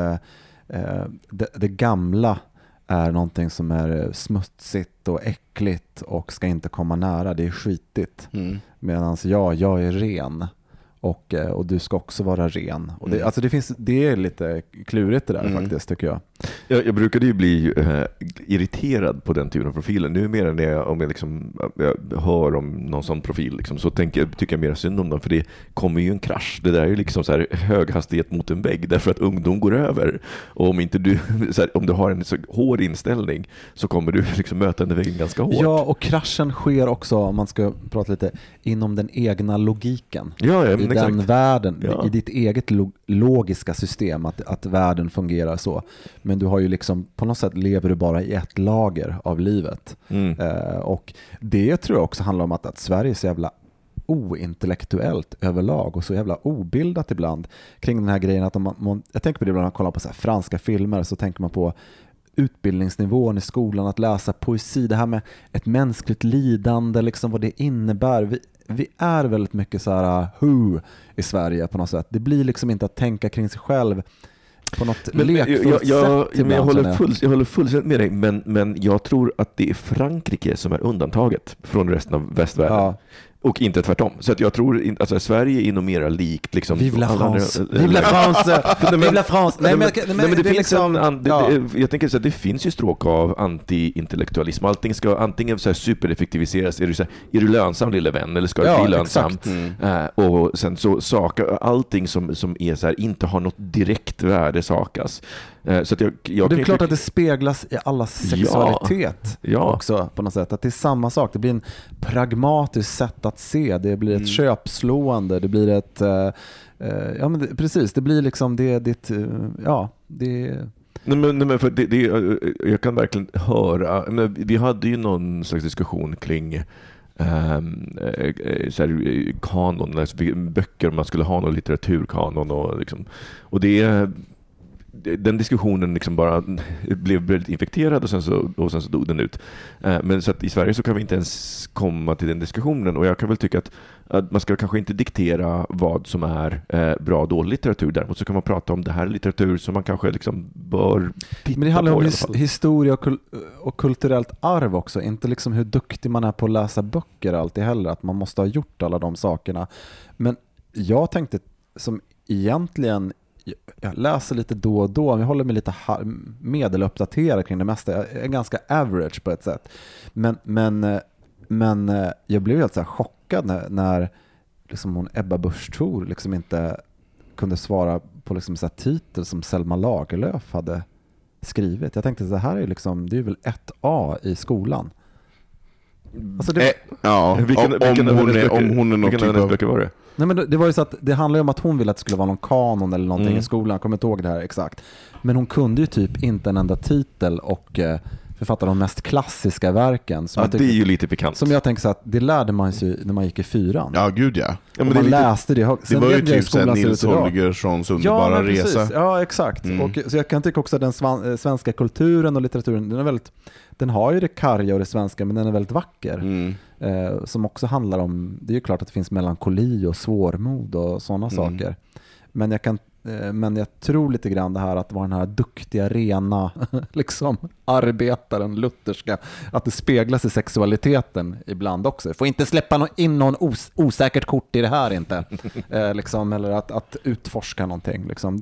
det gamla är någonting som är smutsigt och äckligt och ska inte komma nära, det är skitigt. Medan jag är ren och du ska också vara ren. Och det är lite klurigt det där faktiskt, tycker jag.
Jag brukade ju bli irriterad på den typen av profiler. Nu mer när jag hör om någon sån profil liksom, så tycker jag mer synd om dem, för det kommer ju en krasch. Det där är ju liksom så här hög hastighet mot en vägg därför att ungdom går över. Och om inte du så här, om du har en så hård inställning så kommer du liksom möta den väggen ganska hårt.
Ja, och kraschen sker också, om man ska prata lite, inom den egna logiken.
Ja,
i den
exakt.
världen, i ditt eget logiska system, att världen fungerar så. Men du har ju liksom, på något sätt lever du bara i ett lager av livet. Och det tror jag också handlar om att Sverige är så jävla ointellektuellt överlag och så jävla obildat ibland kring den här grejen att jag tänker på det ibland när man kollar på så här franska filmer, så tänker man på utbildningsnivån i skolan, att läsa poesi, det här med ett mänskligt lidande, liksom vad det innebär. Vi är väldigt mycket så här i Sverige på något sätt. Det blir liksom inte att tänka kring sig själv på något lekfullt sätt.
Jag håller fullständigt med dig, men jag tror att det är Frankrike som är undantaget från resten av västvärlden. Ja. Och inte tvärtom. Så att jag tror alltså Sverige är nog mera likt liksom
Vive la France. Vive la France. Vive la France. Nej, men det finns liksom
jag tänker så att det finns ju stråk av anti-intellektualism. Allting ska antingen så här supereffektiviseras. Är du lönsam lille vän eller ska du bli lönsam? Och sen så allting som är så här inte har något direkt värde sakas. Så att jag det
är klart att det speglas i allas sexualitet också på något sätt. Att det är samma sak. Det blir en pragmatisk sätt att se. Det blir ett köpslående. Det blir ett precis. Det blir liksom det.
Nej, men för jag kan verkligen höra. Men vi hade ju någon slags diskussion kring så här, kanon, alltså böcker, om man skulle ha någon litteraturkanon och det den diskussionen liksom bara blev väldigt infekterad och sen så dog den ut. Men så att i Sverige så kan vi inte ens komma till den diskussionen, och jag kan väl tycka att man ska kanske inte diktera vad som är bra och dålig litteratur. Däremot så kan man prata om det här litteratur som man kanske liksom bör titta på.
Men det handlar om historia och kulturellt arv också. Inte liksom hur duktig man är på att läsa böcker alltid heller. Att man måste ha gjort alla de sakerna. Men jag tänkte som egentligen, jag läser lite då och då. Jag håller mig lite medeluppdaterad kring det mesta. Jag är ganska average på ett sätt. Men jag blev helt så här chockad när liksom hon Ebba Busch Thor liksom inte kunde svara på liksom så här titel som Selma Lagerlöf hade skrivit. Jag tänkte så här är liksom, det är väl 1A i skolan. Alltså det,
om hon är något typ av böcker var det?
Nej, men det var ju så att det handlar ju om att hon ville att det skulle vara någon kanon eller någonting i skolan. Jag kommer inte ihåg det här exakt. Men hon kunde ju typ inte en enda titel och författade de mest klassiska verken. Som
det är ju lite pikant.
Som jag tänker så att det lärde man sig när man gick i 4:an.
Ja, gud ja.
Och man läste det.
Det var ju typ sen Nils Holgerssons underbara resa.
Ja, exakt. Och, så jag kan tycka också att den svenska kulturen och litteraturen, den har ju det karga och det svenska, men den är väldigt vacker. Som också handlar om, det är ju klart att det finns melankoli och svårmod och sådana saker. Men jag tror lite grann det här att vara den här duktiga, rena liksom, arbetaren, lutherska, att det speglas i sexualiteten ibland också. Jag får inte släppa in någon osäkert kort i det här inte. Liksom, eller att utforska någonting. Liksom.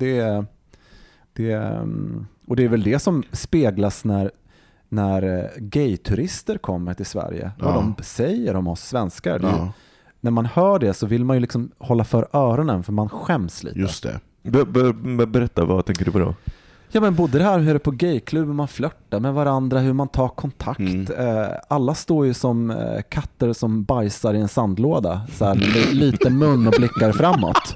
Och det är väl det som speglas när gay-turister kommer till Sverige. Vad de säger om oss svenskar. När man hör det så vill man ju liksom hålla för öronen, för man skäms lite.
Just det.
Berätta, vad tänker du på då?
Ja, men både det här hur det är på gayklubb, hur man flörtar med varandra, hur man tar kontakt. Alla står ju som katter som bajsar i en sandlåda. Så här, lite mun och blickar framåt.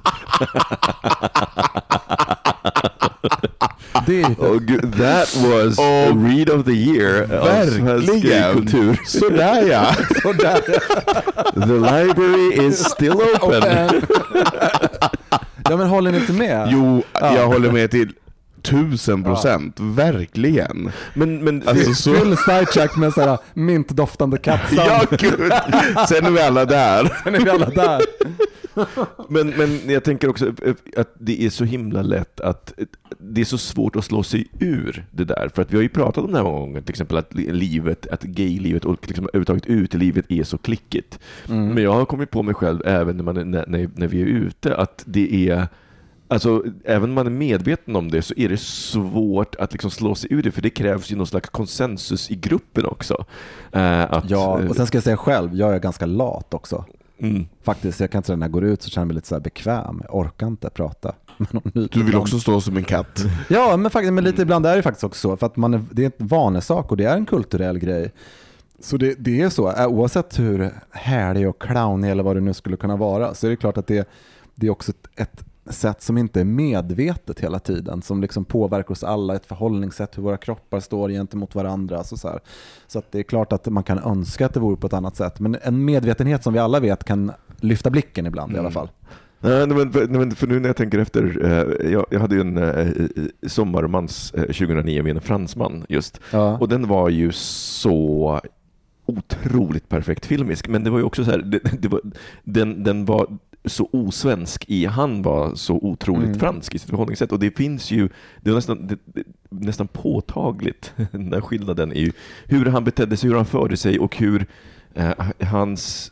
That was read of the year.
Verkligen. Sådär ja.
The library is still open.
Ja, men håller ni inte med?
Jo, jag håller med till 1000%, verkligen.
Men alltså, full sidetrack med såhär mintdoftande kattsand.
Ja, gud. Sen är vi alla där.
Men jag tänker också att det är så himla lätt att det är så svårt att slå sig ur det där. För att vi har ju pratat om det här många gånger, till exempel att gay-livet och liksom överhuvudtaget ut i livet är så klickigt. Men jag har kommit på mig själv även när vi är ute, att det är alltså, även om man är medveten om det så är det svårt att liksom slå sig ur det, för det krävs ju någon slags konsensus i gruppen också.
Och sen ska jag säga själv, jag är ganska lat också. Faktiskt, jag kan inte när jag går ut så känner jag mig lite så här bekväm. Jag orkar inte prata.
Du vill också stå som en katt.
Ja, men lite ibland är det faktiskt också så. För att det är en vanesak och det är en kulturell grej. Så det är så, oavsett hur härlig och clownig eller vad det nu skulle kunna vara, så är det klart att det är också ett sätt som inte är medvetet hela tiden, som liksom påverkar oss alla, ett förhållningssätt, hur våra kroppar står gentemot varandra. Så att det är klart att man kan önska att det vore på ett annat sätt. Men en medvetenhet som vi alla vet kan lyfta blicken ibland i alla fall.
Nej, men för nu när jag tänker efter, jag hade ju en sommarromans 2009 med en fransman just. Ja. Och den var ju så otroligt perfekt filmisk, men det var ju också så här, den var så osvensk han var så otroligt fransk i sitt förhållningssätt, och det finns ju, det var nästan påtagligt den skillnaden i hur han betedde sig, hur han förde sig och hur hans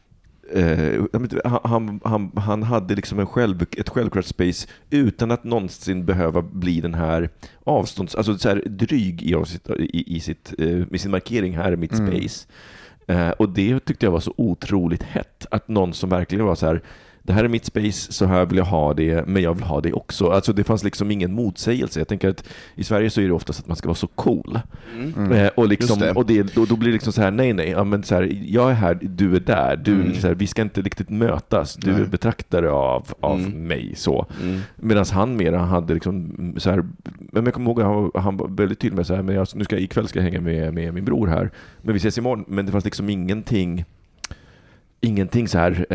han hade liksom ett självklart space utan att någonsin behöva bli den här alltså så här dryg i sin markering, här är mitt space. Och det tyckte jag var så otroligt hett, att någon som verkligen var så här, det här är mitt space, så här vill jag ha det, men jag vill ha det också. Alltså det fanns liksom ingen motsägelse. Jag tänker att i Sverige så är det oftast att man ska vara så cool. Och liksom, och då blir det liksom så här, nej, ja, men så här, jag är här, du är där. Så här, vi ska inte riktigt mötas. Du är betraktare av mig så. Medan han mera hade liksom så här, men jag kommer ihåg han var väldigt tydlig med så här, men ikväll ska jag hänga med min bror här. Men vi ses imorgon. Men det fanns liksom ingenting så här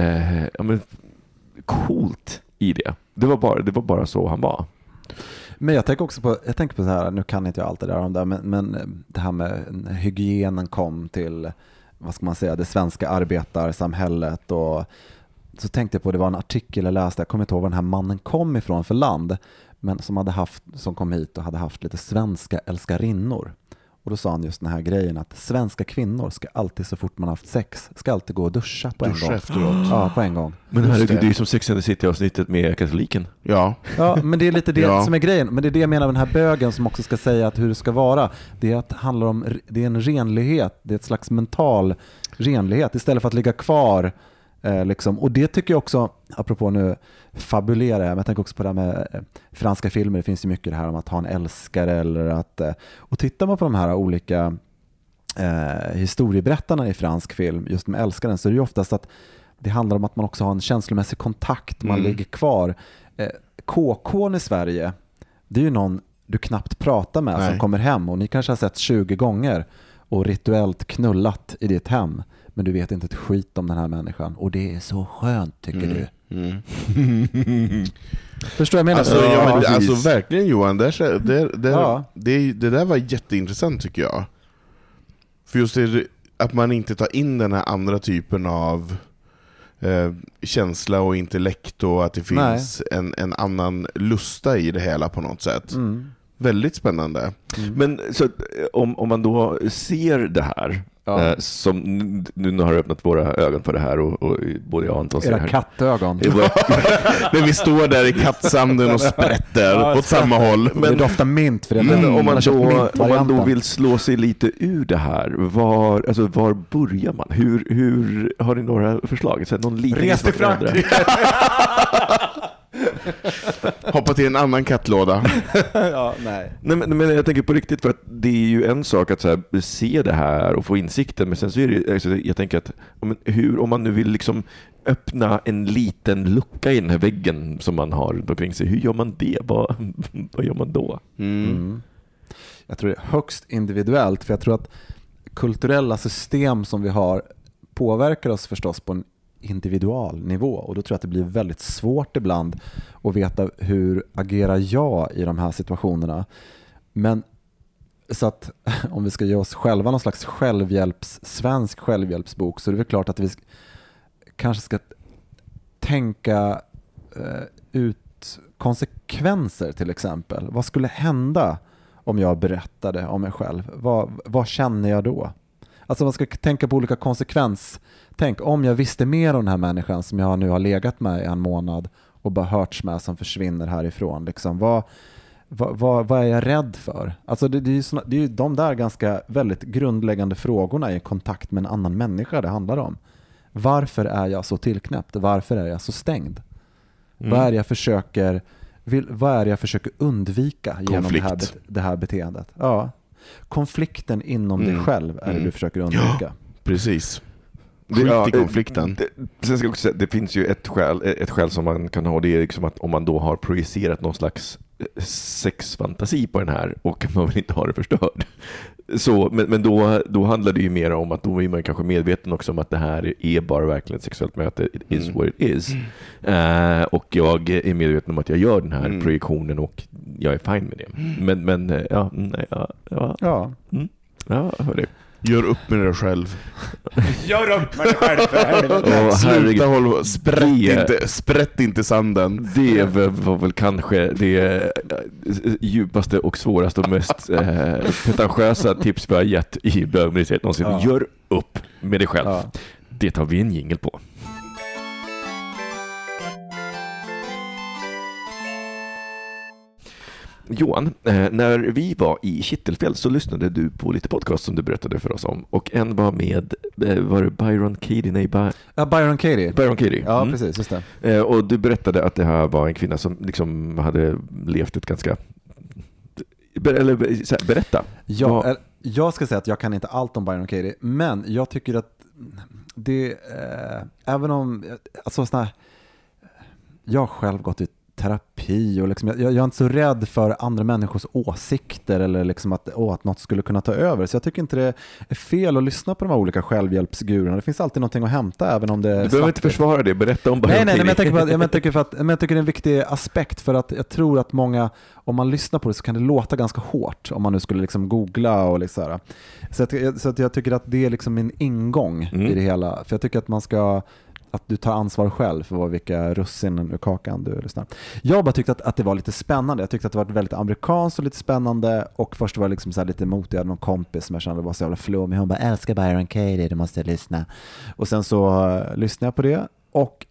coolt i det. Det var bara så han var.
Men jag tänker på så här, nu kan inte jag allt det där om det, men det här med hygienen kom till, vad ska man säga, det svenska arbetarsamhället, och så tänkte jag på, det var en artikel jag läste, jag kommer inte ihåg var den här mannen kom ifrån för land, men som kom hit och hade haft lite svenska älskarinnor. Och då sa han just den här grejen att svenska kvinnor ska alltid, så fort man haft sex, ska alltid gå och duscha på en gång.
Efteråt.
Ja, på en gång.
Men herregud, det är ju som Sex and the City-avsnittet med katoliken.
Ja,
men det är lite det som är grejen. Men det är det jag menar med den här bögen som också ska säga att hur det ska vara. Det är att handlar om, det är en renlighet. Det är ett slags mental renlighet istället för att ligga kvar. Liksom. Och det tycker jag också, apropå nu fabulera, men jag tänker också på det här med franska filmer. Det finns ju mycket det här om att ha en älskare, eller att, och tittar man på de här olika historieberättarna i fransk film, just med älskaren, så är det ju oftast att det handlar om att man också har en känslomässig kontakt, man ligger kvar. KK:n i Sverige, det är ju någon du knappt pratar med som kommer hem, och ni kanske har sett 20 gånger och rituellt knullat i ditt hem, men du vet inte ett skit om den här människan, och det är så skönt, tycker du. Förstår jag menar?
Alltså verkligen, Johan, det där var jätteintressant, tycker jag. För just det, att man inte tar in den här andra typen av känsla och intellekt, och att det finns en annan lusta i det hela på något sätt. Väldigt spännande.
Men så om man då ser det här, som nu har öppnat våra ögon för det här, och både jag och Anton ser det här.
Era kattögon.
När vi står där i kattsanden och sprätter åt samma håll.
Men det doftar mint, för det.
Men om man då vill slå sig lite ur det här, var börjar man? Hur har ni några förslag? Så någon liten
res till Frankrike.
Hoppa till en annan kattlåda.
Nej, men jag tänker på riktigt, för att det är ju en sak att så här, se det här och få insikten, men sen så är det, alltså, jag tänker att om man nu vill liksom öppna en liten lucka i den här väggen som man har omkring sig, hur gör man det? Vad gör man då?
Jag tror det är högst individuellt, för jag tror att kulturella system som vi har påverkar oss förstås på en individualnivå, och då tror jag att det blir väldigt svårt ibland att veta hur agerar jag i de här situationerna. Men så att om vi ska ge oss själva någon slags svensk självhjälpsbok, så är det väl klart att vi kanske ska tänka ut konsekvenser, till exempel. Vad skulle hända om jag berättade om mig själv? Vad känner jag då? Alltså man ska tänka på olika konsekvenser. Tänk om jag visste mer om den här människan som jag nu har legat med i en månad, och bara hörts med som försvinner härifrån. Liksom, vad är jag rädd för? Alltså det är ju de där ganska väldigt grundläggande frågorna i kontakt med en annan människa det handlar om. Varför är jag så tillknäppt? Varför är jag så stängd? Vad är det jag försöker undvika genom det här beteendet? Ja. Konflikten inom dig själv är det du försöker undvika.
Ja, precis. Skit i konflikten.
Sen ska jag också säga, det finns ju ett skäl som man kan ha, det är liksom att om man då har projicerat någon slags sexfantasi på den här och man vill inte ha det förstörd. Så, men då handlar det ju mer om att då är man kanske medveten också om att det här är bara verkligen ett sexuellt möte. It is what it is. Och jag är medveten om att jag gör den här projektionen och jag är fine med det. Ja, hörru.
Gör upp med dig själv.
Gör upp med dig själv.
Sluta sprätt inte sanden.
Det var väl kanske det djupaste och svåraste och mest pretentiösa tips vi har gett i bögministeriet någonsin. Ja. Gör upp med dig själv. Ja. Det har vi en jingle på. Johan, när vi var i Kittelfjäll så lyssnade du på lite podcast som du berättade för oss om. Och en var med, var det Byron Katie? Nej,
Byron Katie.
Byron Katie.
Ja, precis, just det.
Och du berättade att det här var en kvinna som liksom hade levt ett ganska... berätta.
Ja, jag ska säga att jag kan inte allt om Byron Katie, men jag tycker att det, även om... Alltså, jag har själv gått ut terapi och liksom, jag är inte så rädd för andra människors åsikter eller liksom att något skulle kunna ta över. Så jag tycker inte det är fel att lyssna på de här olika självhjälpsgurorna. Det finns alltid någonting att hämta även om det...
Du behöver inte försvara det, berätta om
Nej, men jag tycker det är en viktig aspekt för att jag tror att många, om man lyssnar på det så kan det låta ganska hårt om man nu skulle liksom googla och liksom så att jag tycker att det är liksom min ingång i det hela. För jag tycker att man ska... att du tar ansvar själv för vilka russin ur kakan du lyssnar. Jag bara tyckte att det var lite spännande. Jag tyckte att det var väldigt amerikanskt och lite spännande. Och först var det liksom så här lite emot. Jag hade någon kompis som jag kände var så jävla flummig. Hon bara, älskar Byron Katie, du måste lyssna. Och sen så lyssnade jag på det. Och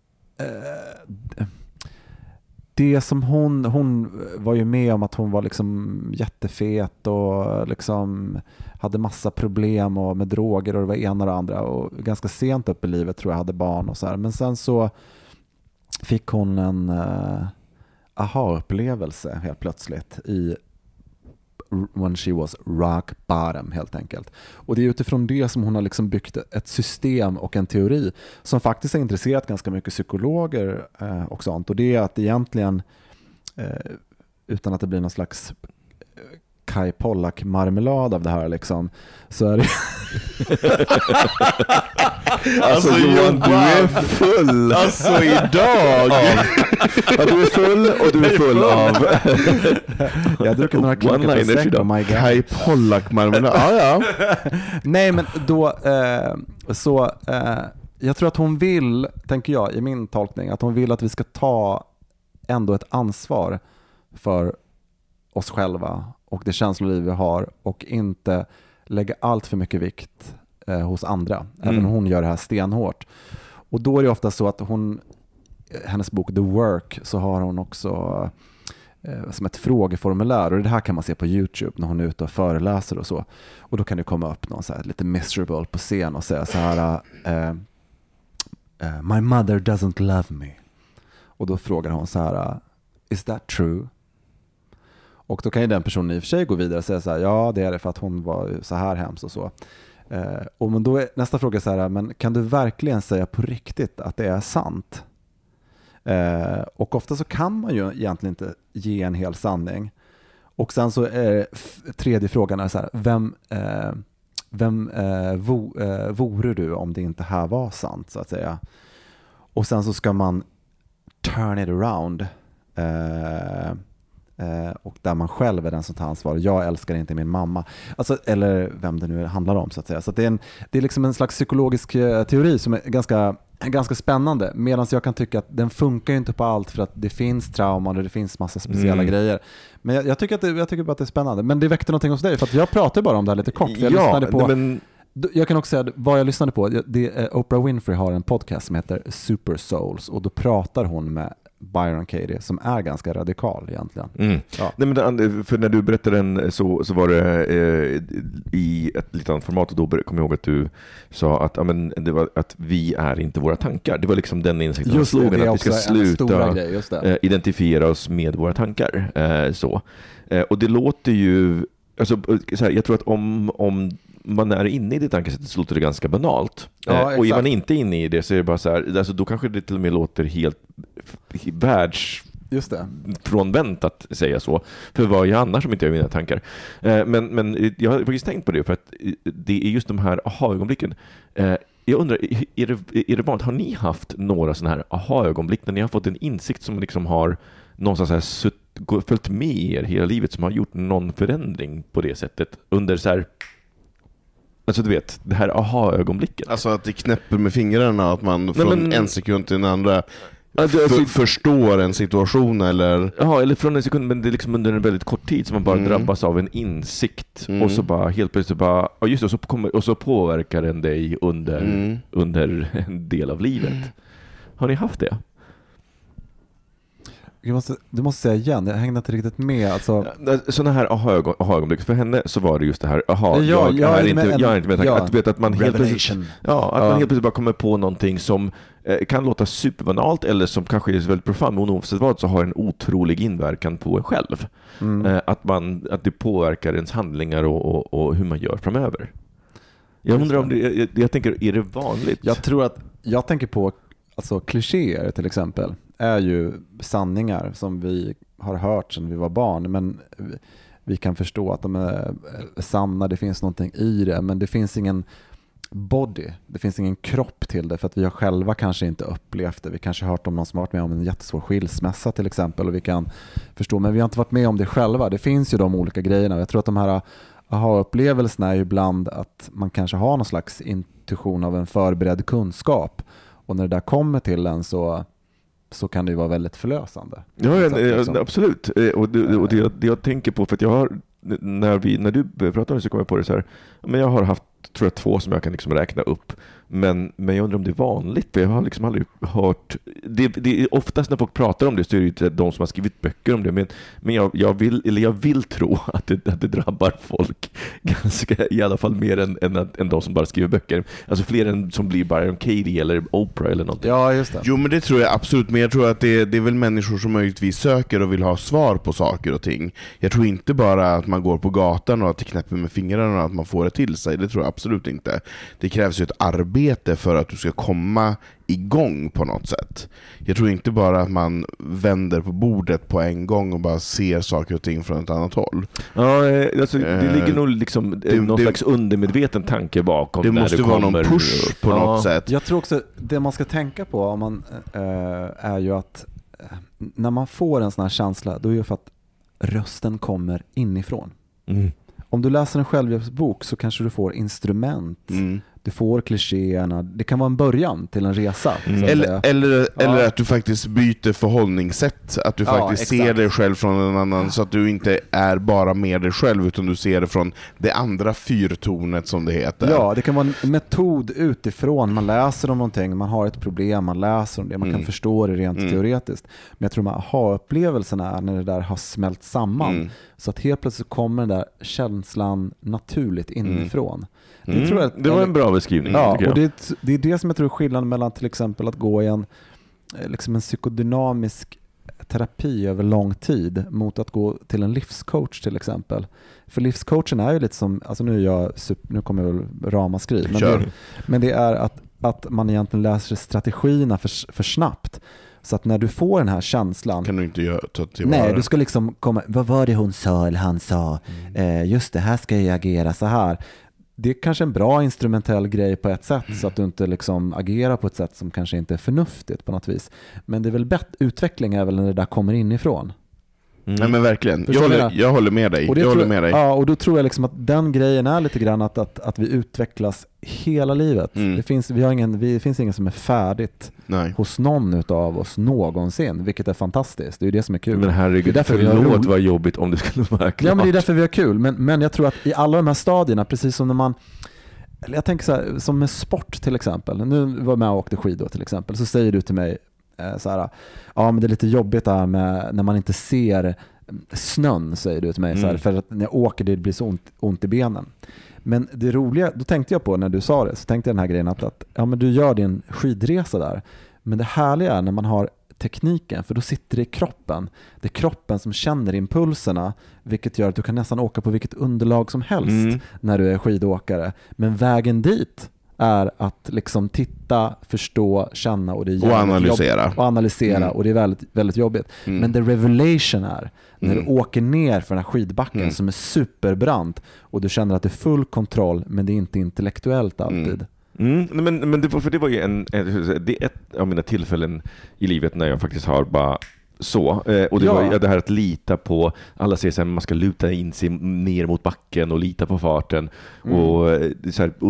det som hon var ju med om att hon var liksom jättefet och liksom hade massa problem och med droger och det var ena och det andra och ganska sent upp i livet tror jag hade barn och så här. Men sen så fick hon en aha-upplevelse helt plötsligt when she was rock bottom helt enkelt. Och det är utifrån det som hon har liksom byggt ett system och en teori som faktiskt har intresserat ganska mycket psykologer och sånt. Och det är att egentligen utan att det blir någon slags Kai Pollak-marmelad av det här liksom, så är det...
Alltså Johan, du är full. Alltså idag.
Ja, du är full och du är full av...
Jag har druckit några klickar på säck. Oh my God.
Kai Pollak-marmelad. Ja.
Nej, men då... jag tror att hon vill, tänker jag i min tolkning, att hon vill att vi ska ta ändå ett ansvar för oss själva och det känsloliv vi har och inte lägga allt för mycket vikt hos andra. Även hon gör det här stenhårt. Och då är det ofta så att hennes bok The Work, så har hon också som ett frågeformulär, och det här kan man se på YouTube när hon är ute och föreläser och så. Och då kan det komma upp någon så här lite miserable på scen och säga så här My mother doesn't love me. Och då frågar hon så här, is that true? Och då kan ju den personen i och för sig gå vidare och säga så här, ja det är det för att hon var så här hemskt och så. Men då är nästa fråga så här, men kan du verkligen säga på riktigt att det är sant? Och ofta så kan man ju egentligen inte ge en hel sanning. Och sen så är tredje frågan är så här, vem vore du om det inte här var sant så att säga? Och sen så ska man turn it around. Och där man själv är den som tar ansvar. Jag älskar inte min mamma. Alltså, eller vem det nu handlar om så att säga. Så att det är liksom en slags psykologisk teori som är ganska spännande. Medan jag kan tycka att den funkar ju inte på allt för att det finns trauman och det finns massa speciella grejer. Men jag tycker bara att det är spännande. Men det väckte någonting hos dig för att jag pratar bara om det här lite kort. Jag kan också säga vad jag lyssnade på. Oprah Winfrey har en podcast som heter Super Souls och då pratar hon med Byron Katie som är ganska radikal egentligen.
Ja. Nej, men för när du berättade den så var det i ett lite annat format, och då kom jag ihåg att du sa att, det var att vi är inte våra tankar. Det var liksom den insikten som slog en, att vi ska sluta identifiera oss med våra tankar. Och det låter ju, alltså, så här, jag tror att om man är inne i det tankesättet så låter det ganska banalt. Och är man inte inne i det så är det bara så här, alltså, då kanske det till och med låter helt frånvänt att säga så. För vad är annars som inte gör mina tankar? Men jag har faktiskt tänkt på det, för att det är just de här aha-ögonblicken. Jag undrar, är det vanligt, har ni haft några sådana här aha-ögonblick när ni har fått en insikt som liksom har någonstans här följt med er hela livet, som har gjort någon förändring på det sättet under så här, alltså du vet, det här aha-ögonblicket.
Alltså att det knäpper med fingrarna, att man från en sekund till en andra förstår en situation, eller...
Ja, eller från en sekund, men det är liksom under en väldigt kort tid som man bara drabbas av en insikt, och så bara helt plötsligt bara, ja just det, och så påverkar den dig under en del av livet. Har ni haft det?
Du måste säga igen, jag hängde inte riktigt med. Alltså...
Sådana här aha-ögonblick, för henne så var det just det här, jag är inte med att vet att man helt plötsligt, man helt plötsligt bara kommer på någonting som kan låta superbanalt, eller som kanske är väldigt profound, men oavsett vad så har en otrolig inverkan på en själv. Att det påverkar ens handlingar och hur man gör framöver. Jag undrar om det, jag tänker, är det vanligt?
Jag tänker på, alltså, klichéer till exempel är ju sanningar som vi har hört sedan vi var barn, men vi kan förstå att de är sanna, det finns någonting i det, men det finns ingen body, det finns ingen kropp till det, för att vi har själva kanske inte upplevt det. Vi kanske har hört om någon som har varit med om en jättesvår skilsmässa till exempel, och vi kan förstå, men vi har inte varit med om det själva. Det finns ju de olika grejerna. Jag tror att de här aha-upplevelserna är ju ibland att man kanske har någon slags intuition av en förberedd kunskap, och när det där kommer till en så kan det ju vara väldigt förlösande.
Ja, absolut. Och det jag tänker på, för att jag har, när du pratar om det så kommer jag på det så här, men jag har haft, tror jag, 2 som jag kan liksom räkna upp, men jag undrar om det är vanligt, för jag har liksom aldrig hört det är oftast när folk pratar om det så är det inte de som har skrivit böcker om det, men jag vill tro att det drabbar folk ganska, i alla fall mer än de som bara skriver böcker, alltså fler än som blir Byron Katie eller Oprah eller någonting.
Ja, just det.
Jo, men det tror jag absolut, men jag tror att det är väl människor som möjligtvis söker och vill ha svar på saker och ting. Jag tror inte bara att man går på gatan och att det knäpper med fingrarna och att man får det till sig, det tror jag absolut inte. Det krävs ju ett arbete för att du ska komma igång på något sätt. Jag tror inte bara att man vänder på bordet på en gång och bara ser saker och ting från ett annat håll.
Ja, alltså, det ligger nog liksom någon slags undermedveten tanke bakom.
Det måste vara någon push på något sätt.
Jag tror också det man ska tänka på om man, är ju att när man får en sån här känsla, då är det för att rösten kommer inifrån. Om du läser en självhjälpsbok så kanske du får instrument. Du får klichéerna. Det kan vara en början till en resa.
Eller att du faktiskt byter förhållningssätt. Att du faktiskt ser dig själv från en annan, så att du inte är bara med dig själv, utan du ser det från det andra fyrtornet, som det heter.
Ja, det kan vara en metod utifrån. Man läser om någonting, man har ett problem, man läser om det, man kan förstå det rent teoretiskt. Men jag tror att aha-upplevelserna är när det där har smält samman. Så att helt plötsligt kommer den där känslan naturligt inifrån.
Det var en bra beskrivning.
Ja, och det är det som jag tror är skillnaden mellan till exempel att gå i en psykodynamisk terapi över lång tid mot att gå till en livscoach till exempel. För livscoachen är ju lite som, alltså nu kommer jag väl ramaskri, men det är att man egentligen läser strategierna för snabbt. Så att när du får den här känslan
kan du inte ta tillvara.
Nej, du ska liksom komma, vad var det hon sa eller han sa? Just det, här ska jag agera så här. Det är kanske en bra instrumentell grej på ett sätt, så att du inte liksom agerar på ett sätt som kanske inte är förnuftigt på något vis. Men det är väl utveckling är väl när det där kommer inifrån.
Nej, men verkligen. Jag håller med dig.
Ja, och då tror jag liksom att den grejen är lite grann att vi utvecklas hela livet. Det finns ingen som är färdigt hos någon utav oss någonsin, vilket är fantastiskt. Det är ju det som är kul.
Men herregud, förlåt vad jobbigt om det skulle vara klart.
Ja, men det är därför vi har kul. Men jag tror att i alla de här stadierna, precis som när man, jag tänker så här, som med sport till exempel. Nu var jag med och åkte skidor till exempel, så säger du till mig, så här, ja men det är lite jobbigt där med när man inte ser snön, säger du till mig, så här, för att när jag åker det blir så ont i benen. Men det roliga, då tänkte jag på när du sa det, så tänkte jag den här grejen att ja, men du gör din skidresa där. Men det härliga är när man har tekniken, för då sitter det i kroppen. Det är kroppen som känner impulserna, vilket gör att du kan nästan åka på vilket underlag som helst när du är skidåkare. Men vägen dit är att liksom titta, förstå, känna och det är analysera och det är väldigt, väldigt jobbigt. Men the revelation är när du åker ner för den här skidbacken som är superbrant och du känner att det är full kontroll, men det är inte intellektuellt alltid.
Men det var ju det är ett av mina tillfällen i livet när jag faktiskt har bara så. Och det var det här att lita på, alla säger så här, man ska luta in sig ner mot backen och lita på farten. Och så här,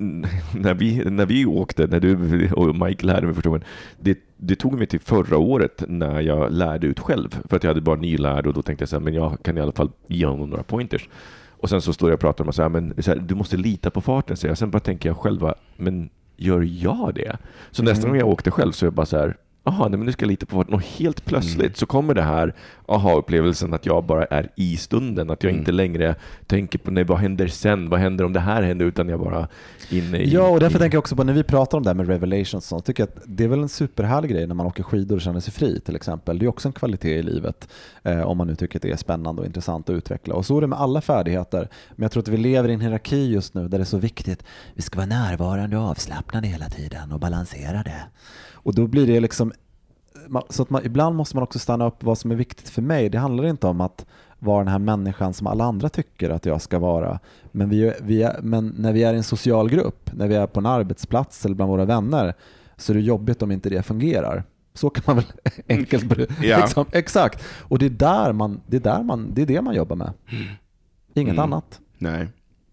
när vi åkte, när du och Mike lärde mig första gången, det tog mig till förra året när jag lärde ut själv, för att jag hade bara nylärd, och då tänkte jag så här, men jag kan i alla fall ge honom några pointers. Och sen så står jag och pratar om så här, men så här, du måste lita på farten, så jag. Sen bara tänker jag själva, men gör jag det? Så nästa gång jag åkte själv så är jag bara så här, men nu ska jag lita på farten. Och helt plötsligt så kommer det här upplevelsen att jag bara är i stunden, att jag inte längre tänker på vad händer sen, vad händer om det här händer, utan jag bara inne i...
Ja, och därför tänker jag också på när vi pratar om det här med revelations, så tycker jag att det är väl en superhärlig grej när man åker skidor och känner sig fri till exempel. Det är också en kvalitet i livet om man nu tycker att det är spännande och intressant att utveckla. Och så är det med alla färdigheter. Men jag tror att vi lever i en hierarki just nu där det är så viktigt. Vi ska vara närvarande och avslappnade hela tiden och balansera det. Och då blir det liksom så att ibland måste man också stanna upp vad som är viktigt för mig. Det handlar inte om att vara den här människan som alla andra tycker att jag ska vara. Men men när vi är i en social grupp, när vi är på en arbetsplats eller bland våra vänner, så är det jobbigt om inte det fungerar. Så kan man väl enkelt liksom, exakt. Och det är det man jobbar med. Inget annat.
Nej.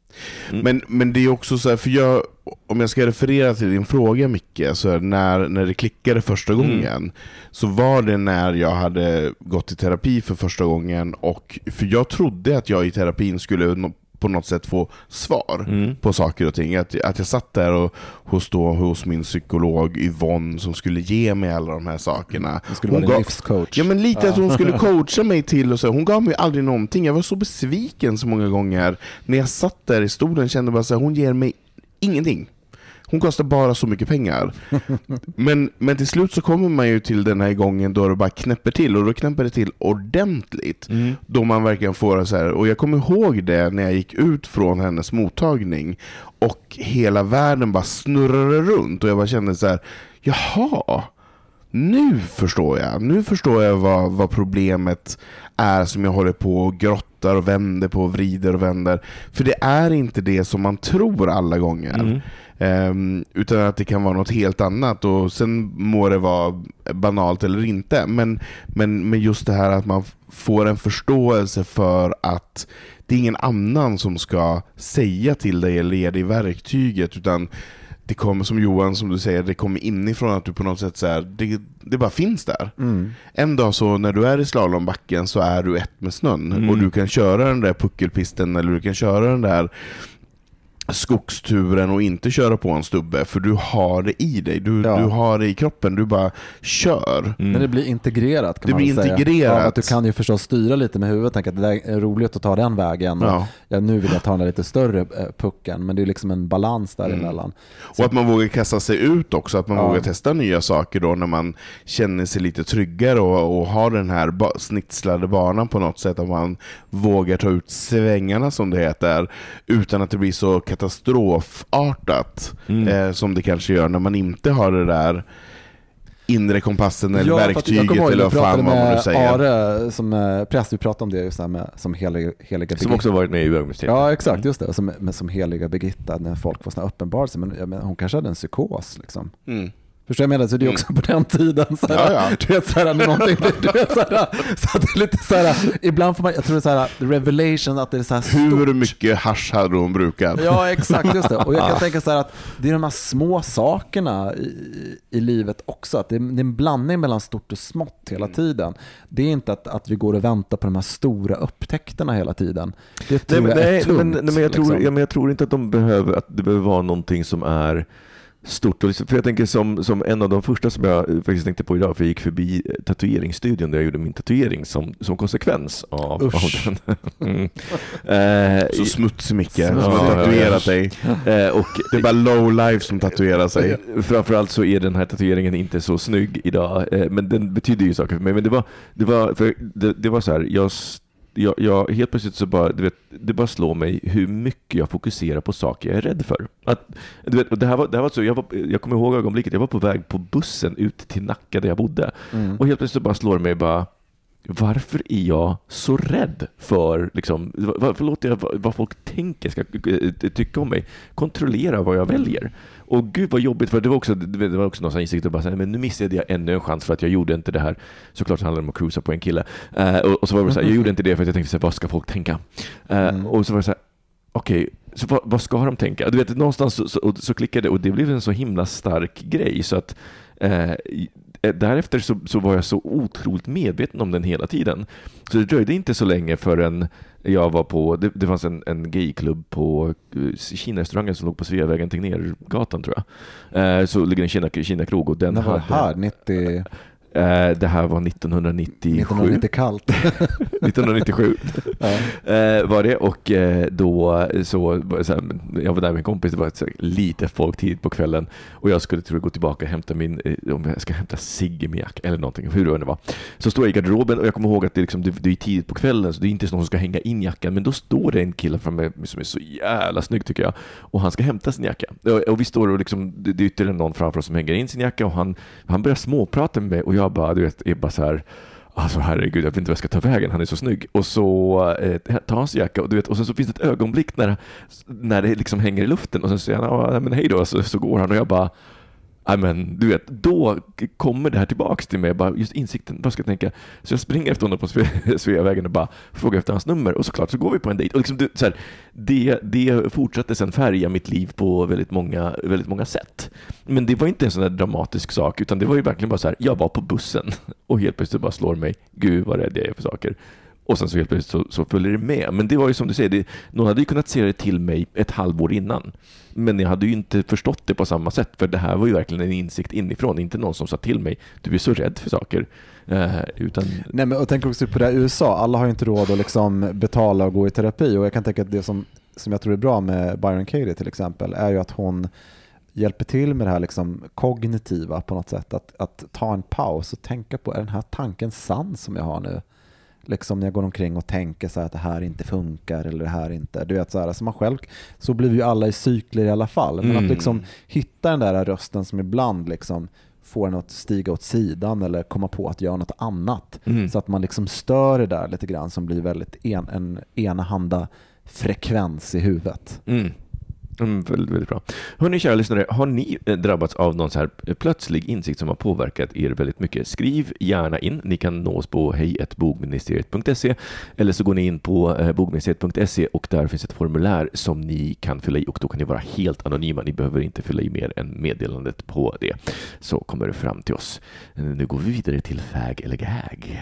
Men det är också så här, för om jag ska referera till din fråga, Micke, så här, när det klickade första gången, så var det när jag hade gått i terapi för första gången, och för jag trodde att jag i terapin skulle på något sätt få svar på saker och ting. Att jag satt där och hos min psykolog Yvonne som skulle ge mig alla de här sakerna.
Hon skulle vara en livscoach.
Ja, men lite att hon skulle coacha mig till, och så. Hon gav mig aldrig någonting. Jag var så besviken så många gånger. När jag satt där i stolen kände jag bara så här, hon ger mig ingenting. Hon kostar bara så mycket pengar. Men till slut så kommer man ju till den här gången då det bara knäpper till. Och då knäpper det till ordentligt. Då man verkligen får så här. Och jag kommer ihåg det när jag gick ut från hennes mottagning. Och hela världen bara snurrade runt. Och jag bara kände så här, jaha, nu förstår jag vad problemet är som jag håller på och grottar och vänder på och vrider och vänder. För det är inte det som man tror alla gånger. Utan att det kan vara något helt annat, och sen må det vara banalt eller inte, men just det här att man får en förståelse för att det är ingen annan som ska säga till dig eller ge dig verktyget, utan det kommer, som Johan, som du säger, det kommer inifrån, att du på något sätt så här, det bara finns där. En dag så när du är i slalombacken så är du ett med snön, och du kan köra den där puckelpisten, eller du kan köra den där skogsturen och inte köra på en stubbe, för du har det i dig, du har det i kroppen, du bara kör.
Men det blir integrerat, kan
det
man
blir
säga.
Integrerat.
Ja, att du kan ju förstås styra lite med huvudet, tänka att det där är roligt att ta den vägen. Ja, nu vill jag ta den lite större pucken, men det är liksom en balans däremellan.
Och att man vågar kasta sig ut också, att man vågar testa nya saker då när man känner sig lite tryggare och har den här snitslade banan på något sätt, att man vågar ta ut svängarna, som det heter, utan att det blir så katastrofartat som det kanske gör när man inte har det där inre kompassen eller verktyget, eller vad fan man nu säger.
Are som präst, vi pratade om det just här med som heliga Birgitta.
Som också varit med i Umeå-universitetet.
Ja, exakt, just det. Som heliga Birgitta, när folk får såna uppenbarelser, men hon kanske hade en psykos liksom. Förstår jag menar, så det är också på den tiden så här, du vet så här, någonting, du vet så här, så att det är lite så här, ibland får man, jag tror det är så här revelation, att det är så här stort.
Hur mycket hasch hade hon brukat?
Ja, exakt, just det. Och jag kan tänka så här att det är de här små sakerna i livet också, att det är en blandning mellan stort och smått hela tiden. Det är inte att vi går och väntar på de här stora upptäckterna hela tiden. Det tror jag är tungt.
Men jag tror inte att det behöver vara någonting som är stort. Och för jag tänker som en av de första som jag faktiskt tänkte på idag, för jag gick förbi tatueringsstudion där jag gjorde min tatuering som konsekvens av den.
Så smutsig Micke som har tatuerat dig. Och det är bara low life som tatuerar sig.
Framförallt så är den här tatueringen inte så snygg idag, men den betyder ju saker för mig. Men det var så här, jag helt plötsligt så bara, du vet, det bara slår mig hur mycket jag fokuserar på saker jag är rädd för. Du vet, och det här var så, jag kommer ihåg ögonblicket, jag var på väg på bussen ut till Nacka där jag bodde. Och helt plötsligt så bara slår det mig bara, varför är jag så rädd för liksom, varför låter jag vad folk tänker ska tycka om mig kontrollera vad jag väljer? Och gud vad jobbigt, för det var också någon sån insikt och bara säga, men nu missade jag ännu en chans för att jag gjorde inte det här. Såklart handlar det om att cruisa på en kille. Och så var det så här, jag gjorde inte det för att jag tänkte så här, vad ska folk tänka? Och så var det så här, okej, så vad ska de tänka? Du vet, någonstans så klickade det, och det blev en så himla stark grej så att därefter så var jag så otroligt medveten om den hela tiden. Så det dröjde inte så länge förrän jag var på, det fanns en gayklubb på Kina-restaurangen som låg på Sveavägen till Nergatan, tror jag. Så ligger en Kina-krog, och den
var det här 90...
Det här var 1997.
1990 kallt.
1997 var det, och då så här, jag var där med en kompis, det var lite folk tidigt på kvällen, och jag skulle gå tillbaka och hämta om jag ska hämta cigg med jacka eller någonting, hur det var. Så står jag i garderoben, och jag kommer ihåg att det är tidigt på kvällen, så det är inte någon som ska hänga in jackan, men då står det en kille framme som är så jävla snygg tycker jag, och han ska hämta sin jacka, och vi står och liksom, det är ytterligare någon framför oss som hänger in sin jacka, och han börjar småprata med mig, och jag bara, du vet, är bara så här, alltså herregud, jag vet inte vad jag ska ta vägen, han är så snygg. Och så tar han sin jacka, och du vet, och sen så finns det ett ögonblick när det liksom hänger i luften, och sen säger han, men hej då, så går han, och jag bara, men du vet, då kommer det här tillbaks till mig, bara just insikten, vad ska jag tänka? Så jag springer efter honom på Sveavägen och bara frågar efter hans nummer, och såklart så går vi på en dejt, och liksom, så här, det fortsatte sen färga mitt liv på väldigt många sätt. Men det var inte en sån där dramatisk sak, utan det var ju verkligen bara så här, jag var på bussen och helt plötsligt bara slår mig, gud vad rädd jag är för saker. Och sen så helt plötsligt så följer det med. Men det var ju som du säger, någon hade ju kunnat se det till mig ett halvår innan. Men jag hade ju inte förstått det på samma sätt. För det här var ju verkligen en insikt inifrån. Inte någon som sa till mig, du är så rädd för saker. Utan...
Nej, men och tänk också på det här i USA. Alla har ju inte råd att liksom betala och gå i terapi. Och jag kan tänka att det som jag tror är bra med Byron Katie till exempel är ju att hon hjälper till med det här liksom kognitiva på något sätt. Att ta en paus och tänka på, är den här tanken sann som jag har nu? Liksom när jag går omkring och tänker så här att det här inte funkar eller det här inte. Du vet så här, alltså man själv, så blir ju alla i cykler i alla fall. Men att liksom hitta den där rösten som ibland liksom får en att stiga åt sidan eller komma på att göra något annat. Så att man liksom stör det där lite grann som blir väldigt en enahanda frekvens i huvudet.
Väldigt, väldigt bra. Hörrni kära lyssnare, har ni drabbats av någon så här plötslig insikt som har påverkat er väldigt mycket? Skriv gärna in. Ni kan nå oss på hej@bogministeriet.se, eller så går ni in på bogministeriet.se, och där finns ett formulär som ni kan fylla i, och då kan ni vara helt anonyma. Ni behöver inte fylla i mer än meddelandet på det. Så kommer det fram till oss. Nu går vi vidare till fag eller gag.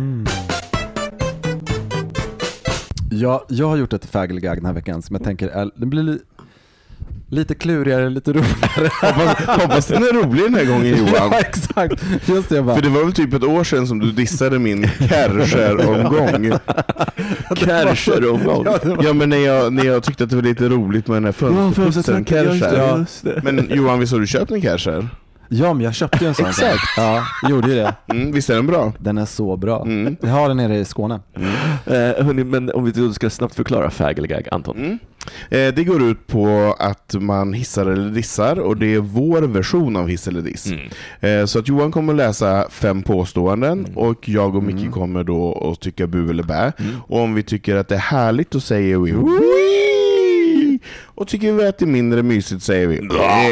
Ja, jag har gjort ett fag eller gag den här veckan som jag tänker det blir lite klurigare, lite roligare.
Hoppas den är rolig den här gången, Johan.
Ja, exakt. Just det,
för det var väl typ ett år sedan som du dissade min Kärcher-omgång.
Kärcher-omgång?
Ja, men när jag tyckte att det var lite roligt med den här fönsterputsen Kärcher. Men Johan, visst har du köpt en Kärcher?
Ja, men jag köpte ju en sån.
Exakt.
Ja, gjorde ju det.
Visst är den bra?
Den är så bra. Jag har den nere i Skåne.
Hörrni, men om vi ska snabbt förklara fag eller gag, Anton.
Det går ut på att man hissar eller dissar, och det är vår version av hiss eller diss. Så att Johan kommer läsa 5 påståenden, och jag och Micke kommer då att tycka bu eller bä. Och om vi tycker att det är härligt, då säger vi Wii! Och tycker vi att det är mindre mysigt, säger vi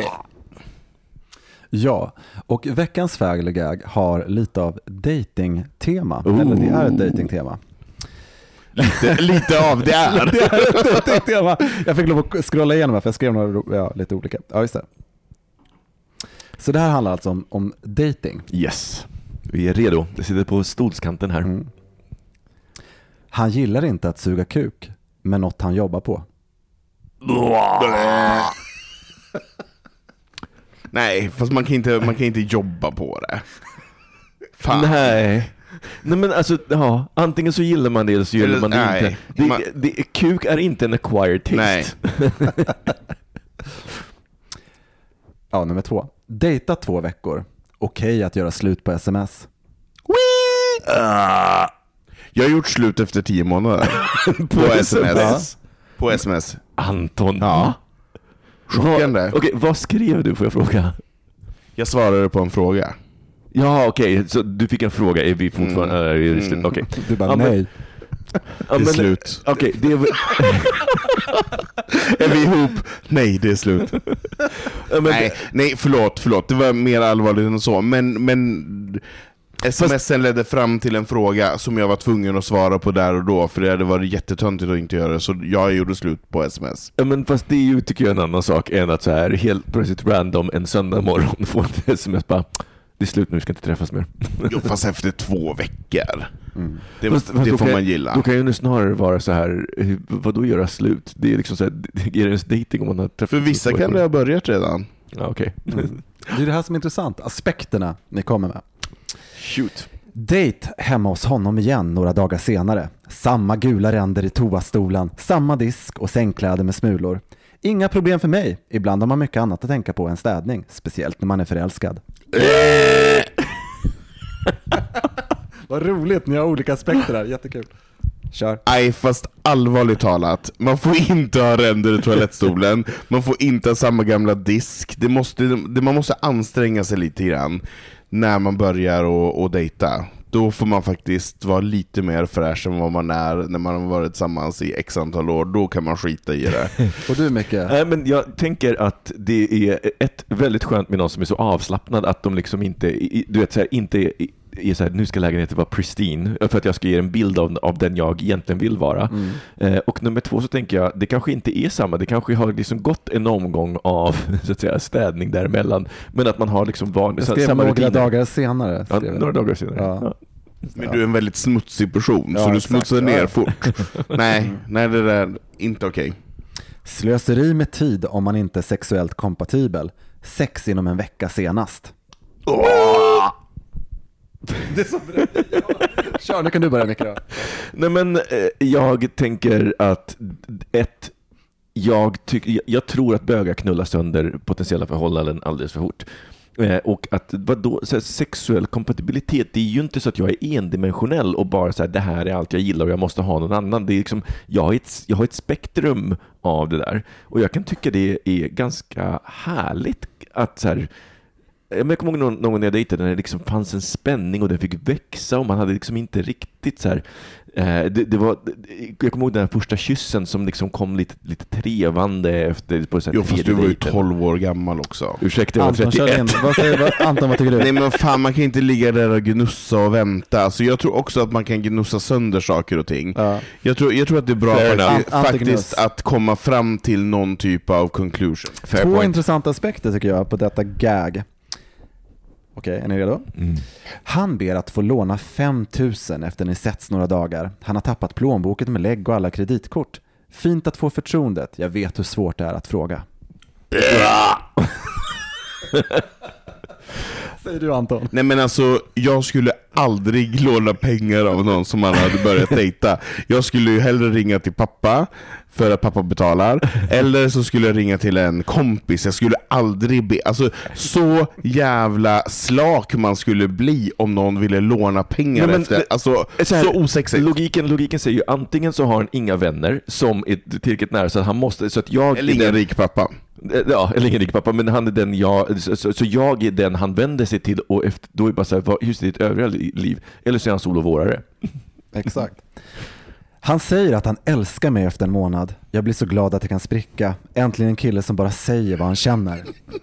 Ja, och veckans fag eller gag har lite av dating-tema. Eller det är ett dating-tema.
Lite av det är.
Det är ett dating-tema. Jag fick lov att scrolla igenom här, för jag skrev några lite olika. Ja, just det. Så det här handlar alltså om dating.
Yes, vi är redo. Det sitter på stolskanten här.
Han gillar inte att suga kuk, men något han jobbar på.
Nej, fast man kan inte jobba på det. Fan.
Nej men alltså, ja, antingen så gillar man det eller så gillar man det inte. Kuk är inte en acquired taste.
Nej.
Ja, nummer 2. Dejta 2 veckor. Okej att göra slut på sms.
Jag har gjort slut efter 10 månader. På sms. På sms.
Anton.
Ja. Chockande.
Okej, vad skrev du, får jag fråga?
Jag svarade på en fråga.
Ja, okej, så du fick en fråga. Är vi fortfarande är det slut? Okej.
Du bara nej.
Det är slut.
Okej, det är
är vi ihop? Nej, det är slut. Nej, förlåt. Det var mer allvarligt än så. Men sms'en ledde fram till en fråga som jag var tvungen att svara på där och då, för det hade varit jättetöntigt att inte göra det, så jag gjorde slut på sms.
Ja, men fast det är ju, tycker jag, en annan sak än att så här helt plötsligt random en söndag morgon får ett sms bara, det är slut nu, vi ska inte träffas mer.
Jo, fast efter 2 veckor. Det får man gilla.
Då kan ju nu snarare vara så här, vad då göra slut? Det är liksom så här, är det ens dating om man har träffat?
För vissa kan det ha börjat redan.
Ja, okej.
Det är det här som är intressant, aspekterna ni kommer med.
Shoot.
Date hemma hos honom igen några dagar senare. Samma gula ränder i toastolen, samma disk och sängkläder med smulor. Inga problem för mig. Ibland har man mycket annat att tänka på än städning, speciellt när man är förälskad. Vad roligt, ni har olika aspekter här, jättekul. Kör.
Nej, fast allvarligt talat, man får inte ha ränder i toalettstolen. Man får inte ha samma gamla disk. Man måste anstränga sig lite grann när man börjar och dejta. Då får man faktiskt vara lite mer fräsch än vad man är när man har varit tillsammans i x antal år. Då kan man skita i det.
Och du, Micke?
Nej, men jag tänker att det är ett väldigt skönt med någon som är så avslappnad att de liksom inte, du vet, så här, inte är så här, nu ska lägenheten vara pristine för att jag ska ge en bild av den jag egentligen vill vara. Och nummer 2 så tänker jag, det kanske inte är samma, det kanske har liksom gått en omgång av så att säga städning däremellan, men att man har liksom
samma några dagar senare.
Ja, några dagar senare. Ja.
Men du är en väldigt smutsig person, så du smutsar ner fort. Nej, det där är inte okej.
Slöseri med tid om man inte är sexuellt kompatibel. Sex inom en vecka senast. Det är så bra. Kör, nu kan du börja, Micke.
Nej, men jag tänker att jag tror att bögar knullar sönder potentiella förhållanden alldeles för fort. Och att vadå, så här, sexuell kompatibilitet, det är ju inte så att jag är endimensionell och bara så här, det här är allt jag gillar och jag måste ha någon annan. Det är liksom, jag har ett spektrum av det där, och jag kan tycka det är ganska härligt att så här, jag kommer ihåg någon gång när jag dejtade när det liksom fanns en spänning och den fick växa och man hade liksom inte riktigt så här, jag kommer ihåg den här första kyssen som liksom kom lite trevande efter på så här.
Jo, fast du var ju 12 år gammal också.
Ursäkta, jag var 31.
Anton, vad tycker du?
Nej, men fan, man kan inte ligga där och gnussa och vänta. Alltså, jag tror också att man kan gnussa sönder saker och ting. Jag tror att det är bra faktiskt att komma fram till någon typ av conclusion.
2 intressanta aspekter tycker jag på detta gag. Okej, är ni redo? Han ber att få låna 5 000 efter ni setts några dagar. Han har tappat plånboken med lägg och alla kreditkort. Fint att få förtroendet. Jag vet hur svårt det är att fråga. Säger du, Anton?
Nej, men alltså, jag skulle aldrig låna pengar av någon som man hade börjat dejta. Jag skulle ju hellre ringa till pappa för att pappa betalar, eller så skulle jag ringa till en kompis. Jag skulle aldrig be, alltså, så jävla slak man skulle bli om någon ville låna pengar. Nej, efter. Alltså, så osexigt.
Logiken säger ju antingen så har han inga vänner som är tillräckligt nära så att han måste, så att jag
eller ingen rik pappa.
Ja, eller ingen rik pappa, men han är den så jag är den han vänder sig till, och efter, då är det bara så här, just ditt övriga liv, eller så är han solovårare.
Exakt. Han säger att han älskar mig efter en månad. Jag blir så glad att jag kan spricka. Äntligen en kille som bara säger vad han känner.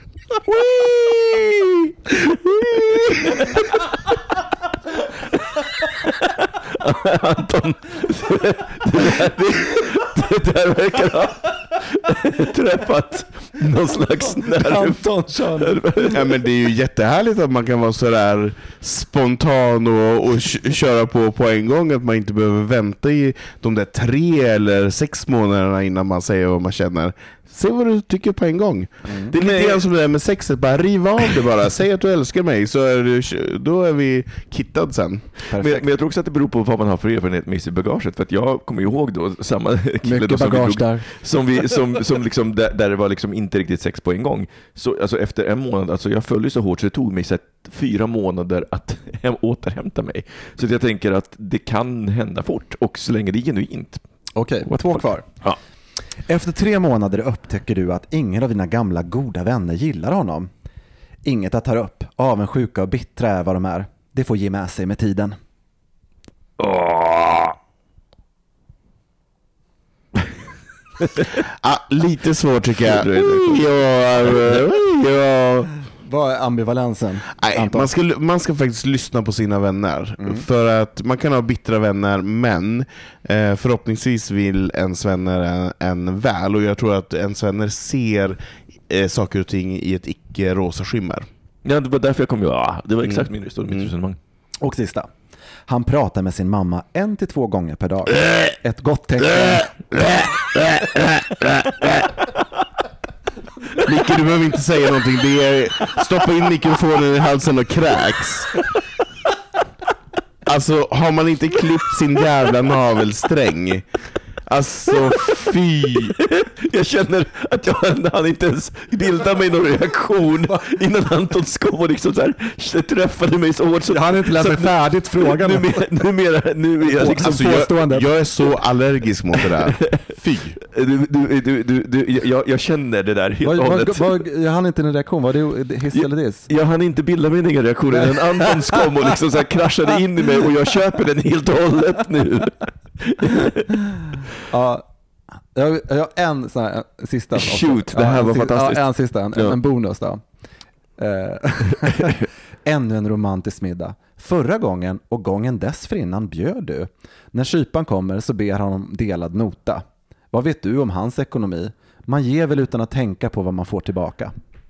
Anton, det där verkar ha träffat någon slags
Ja, men det är ju jättehärligt att man kan vara så där spontan och köra på en gång, att man inte behöver vänta i de där 3 eller 6 månaderna innan man säger vad man känner. Se vad du tycker på en gång. Det är lite grann som det där med sexet, bara riva av det bara. Säg att du älskar mig, så då är vi kittad sen.
Men jag tror också att det beror på vad man har för erfarenhet med sig i bagaget. För att jag kommer ihåg då samma kille då, som liksom där det var liksom inte riktigt sex på en gång. Så alltså efter 1 månad, alltså jag följde så hårt så det tog mig så 4 månader att återhämta mig. Så jag tänker att det kan hända fort, och så länge det är genuint.
Okej, 2 kvar.
Ja.
Efter 3 månader upptäcker du att ingen av dina gamla goda vänner gillar honom. Inget att ta upp. Avundsjuka och bittra är vad de är. Det får ge med sig med tiden.
Lite svårt tycker jag. Ja.
Vad är ambivalensen?
Nej, man ska faktiskt lyssna på sina vänner. För att man kan ha bittra vänner, men förhoppningsvis vill ens vänner en väl. Och jag tror att ens vänner ser saker och ting i ett icke-rosa skimmer.
Ja, det var därför jag kom ju. Det var exakt min resonemang.
Och sista. Han pratar med sin mamma 1 till 2 gånger per dag. Ett gott tecken.
Micke, du behöver inte säga någonting. Det är stoppa in mikrofonen i halsen och kräks. Alltså, har man inte klippt sin jävla navelsträng? Alltså, fy.
Jag känner att han inte ens bildade mig någon reaktion innan Anton kom och liksom så här träffade mig så hårt. Så,
jag hade inte läst färdigt frågan.
Nu är jag liksom
alltså, jag är så allergisk mot det där. Fy.
Jag känner det där helt och hållet.
Jag hann inte en reaktion. Var det hiss eller diss?
Jag hann inte bilda mig några reaktioner. En Anton kom och liksom så här kraschade in i mig, och jag köper den helt och hållet nu.
Ja, jag har en sån här sista.
Shoot, det här var fantastiskt.
En sista, en bonus då. Ännu en romantisk middag. Förra gången och gången dessförinnan bjöd du. När kypan kommer så ber han om delad nota. Vad vet du om hans ekonomi? Man ger väl utan att tänka på vad man får tillbaka.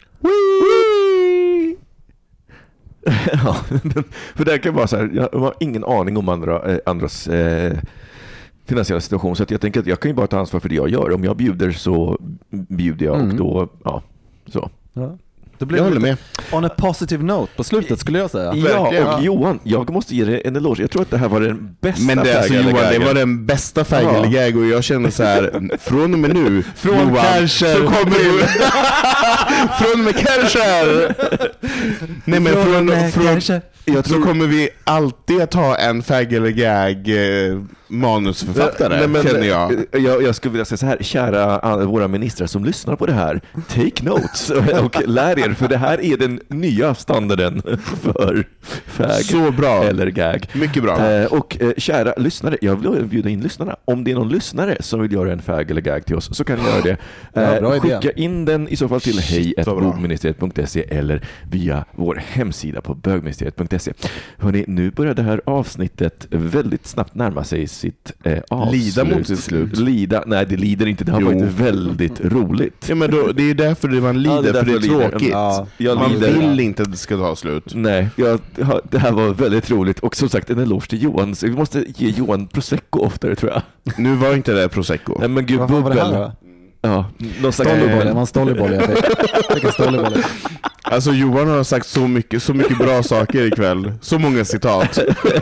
Ja, för det kan vara så här, jag har ingen aning om andras finansiella situation, så att jag tänker att jag kan ju bara ta ansvar för det jag gör. Om jag bjuder så bjuder jag, och då, så.
Ja. Då blir jag håller med. On a positive note på slutet skulle jag säga.
Ja, och Johan, jag måste ge dig en eloge. Jag tror att det här var den bästa.
Men det, alltså, Johan, det var den bästa fägelegag, och jag känner så här, från och med nu,
från
Johan,
Kärcher,
så kommer du från med Kärcher. Nej, men från jag tror kommer vi alltid att ha en fägelegag manusförfattare, känner jag.
Jag skulle vilja säga så här, kära våra ministrar som lyssnar på det här, take notes och lär er, för det här är den nya standarden för fäg.
Så bra.
Eller gag.
Mycket bra.
Och kära lyssnare, jag vill bjuda in lyssnarna. Om det är någon lyssnare som vill göra en fäg eller gag till oss, så kan ni göra det. Skicka in den i så fall till hej@bogministeriet.se eller via vår hemsida på bögministeriet.se. Hörrni, nu börjar det här avsnittet väldigt snabbt närma sig sitt avslut.
Lida mot sitt slut.
Nej, det lider inte. Det har varit väldigt roligt.
Ja, men då, det är därför man lider, för det är tråkigt. Man vill inte att det ska ta slut.
Nej, det här var väldigt roligt. Och som sagt, en eloge till Johan. Så vi måste ge Johan Prosecco oftare, tror jag.
Nu var inte det Prosecco.
Nej, men gud,
vad var det här då?
Ja,
Stollyboll, man stollyboll. Jag fick en stollyboll.
Alltså Johan har sagt så mycket bra saker ikväll. Så många citat.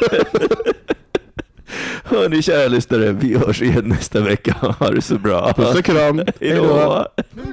Hörni, kära lyssnare, vi hörs igen nästa vecka. Ha det så bra.
Puss och kram.
Hej då.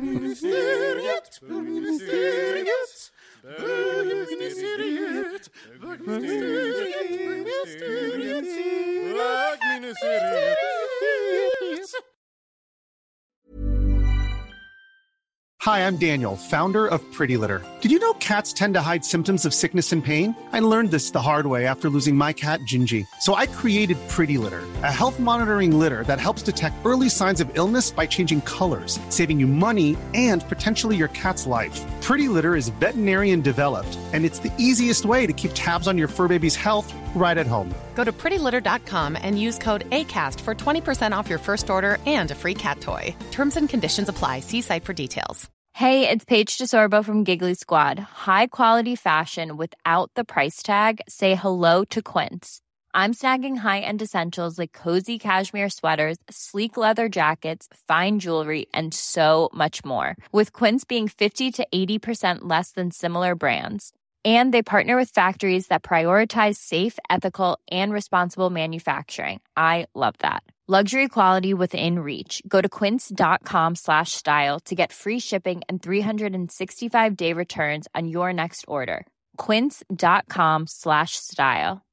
Hi, I'm Daniel, founder of Pretty Litter. Did you know cats tend to hide symptoms of sickness and pain? I learned this the hard way after losing my cat, Gingy. So I created Pretty Litter, a health monitoring litter that helps detect early signs of illness by changing colors, saving you money and potentially your cat's life. Pretty Litter is veterinarian developed, and it's the easiest way to keep tabs on your fur baby's health right at home.
Go to prettylitter.com and use code ACAST for 20% off your first order and a free cat toy. Terms and conditions apply. See site for details.
Hey, it's Paige DeSorbo from Giggly Squad. High quality fashion without the price tag. Say hello to Quince. I'm snagging high-end essentials like cozy cashmere sweaters, sleek leather jackets, fine jewelry, and so much more. With Quince being 50 to 80% less than similar brands. And they partner with factories that prioritize safe, ethical, and responsible manufacturing. I love that. Luxury quality within reach. Go to quince.com/style to get free shipping and 365-day returns on your next order. Quince.com/style.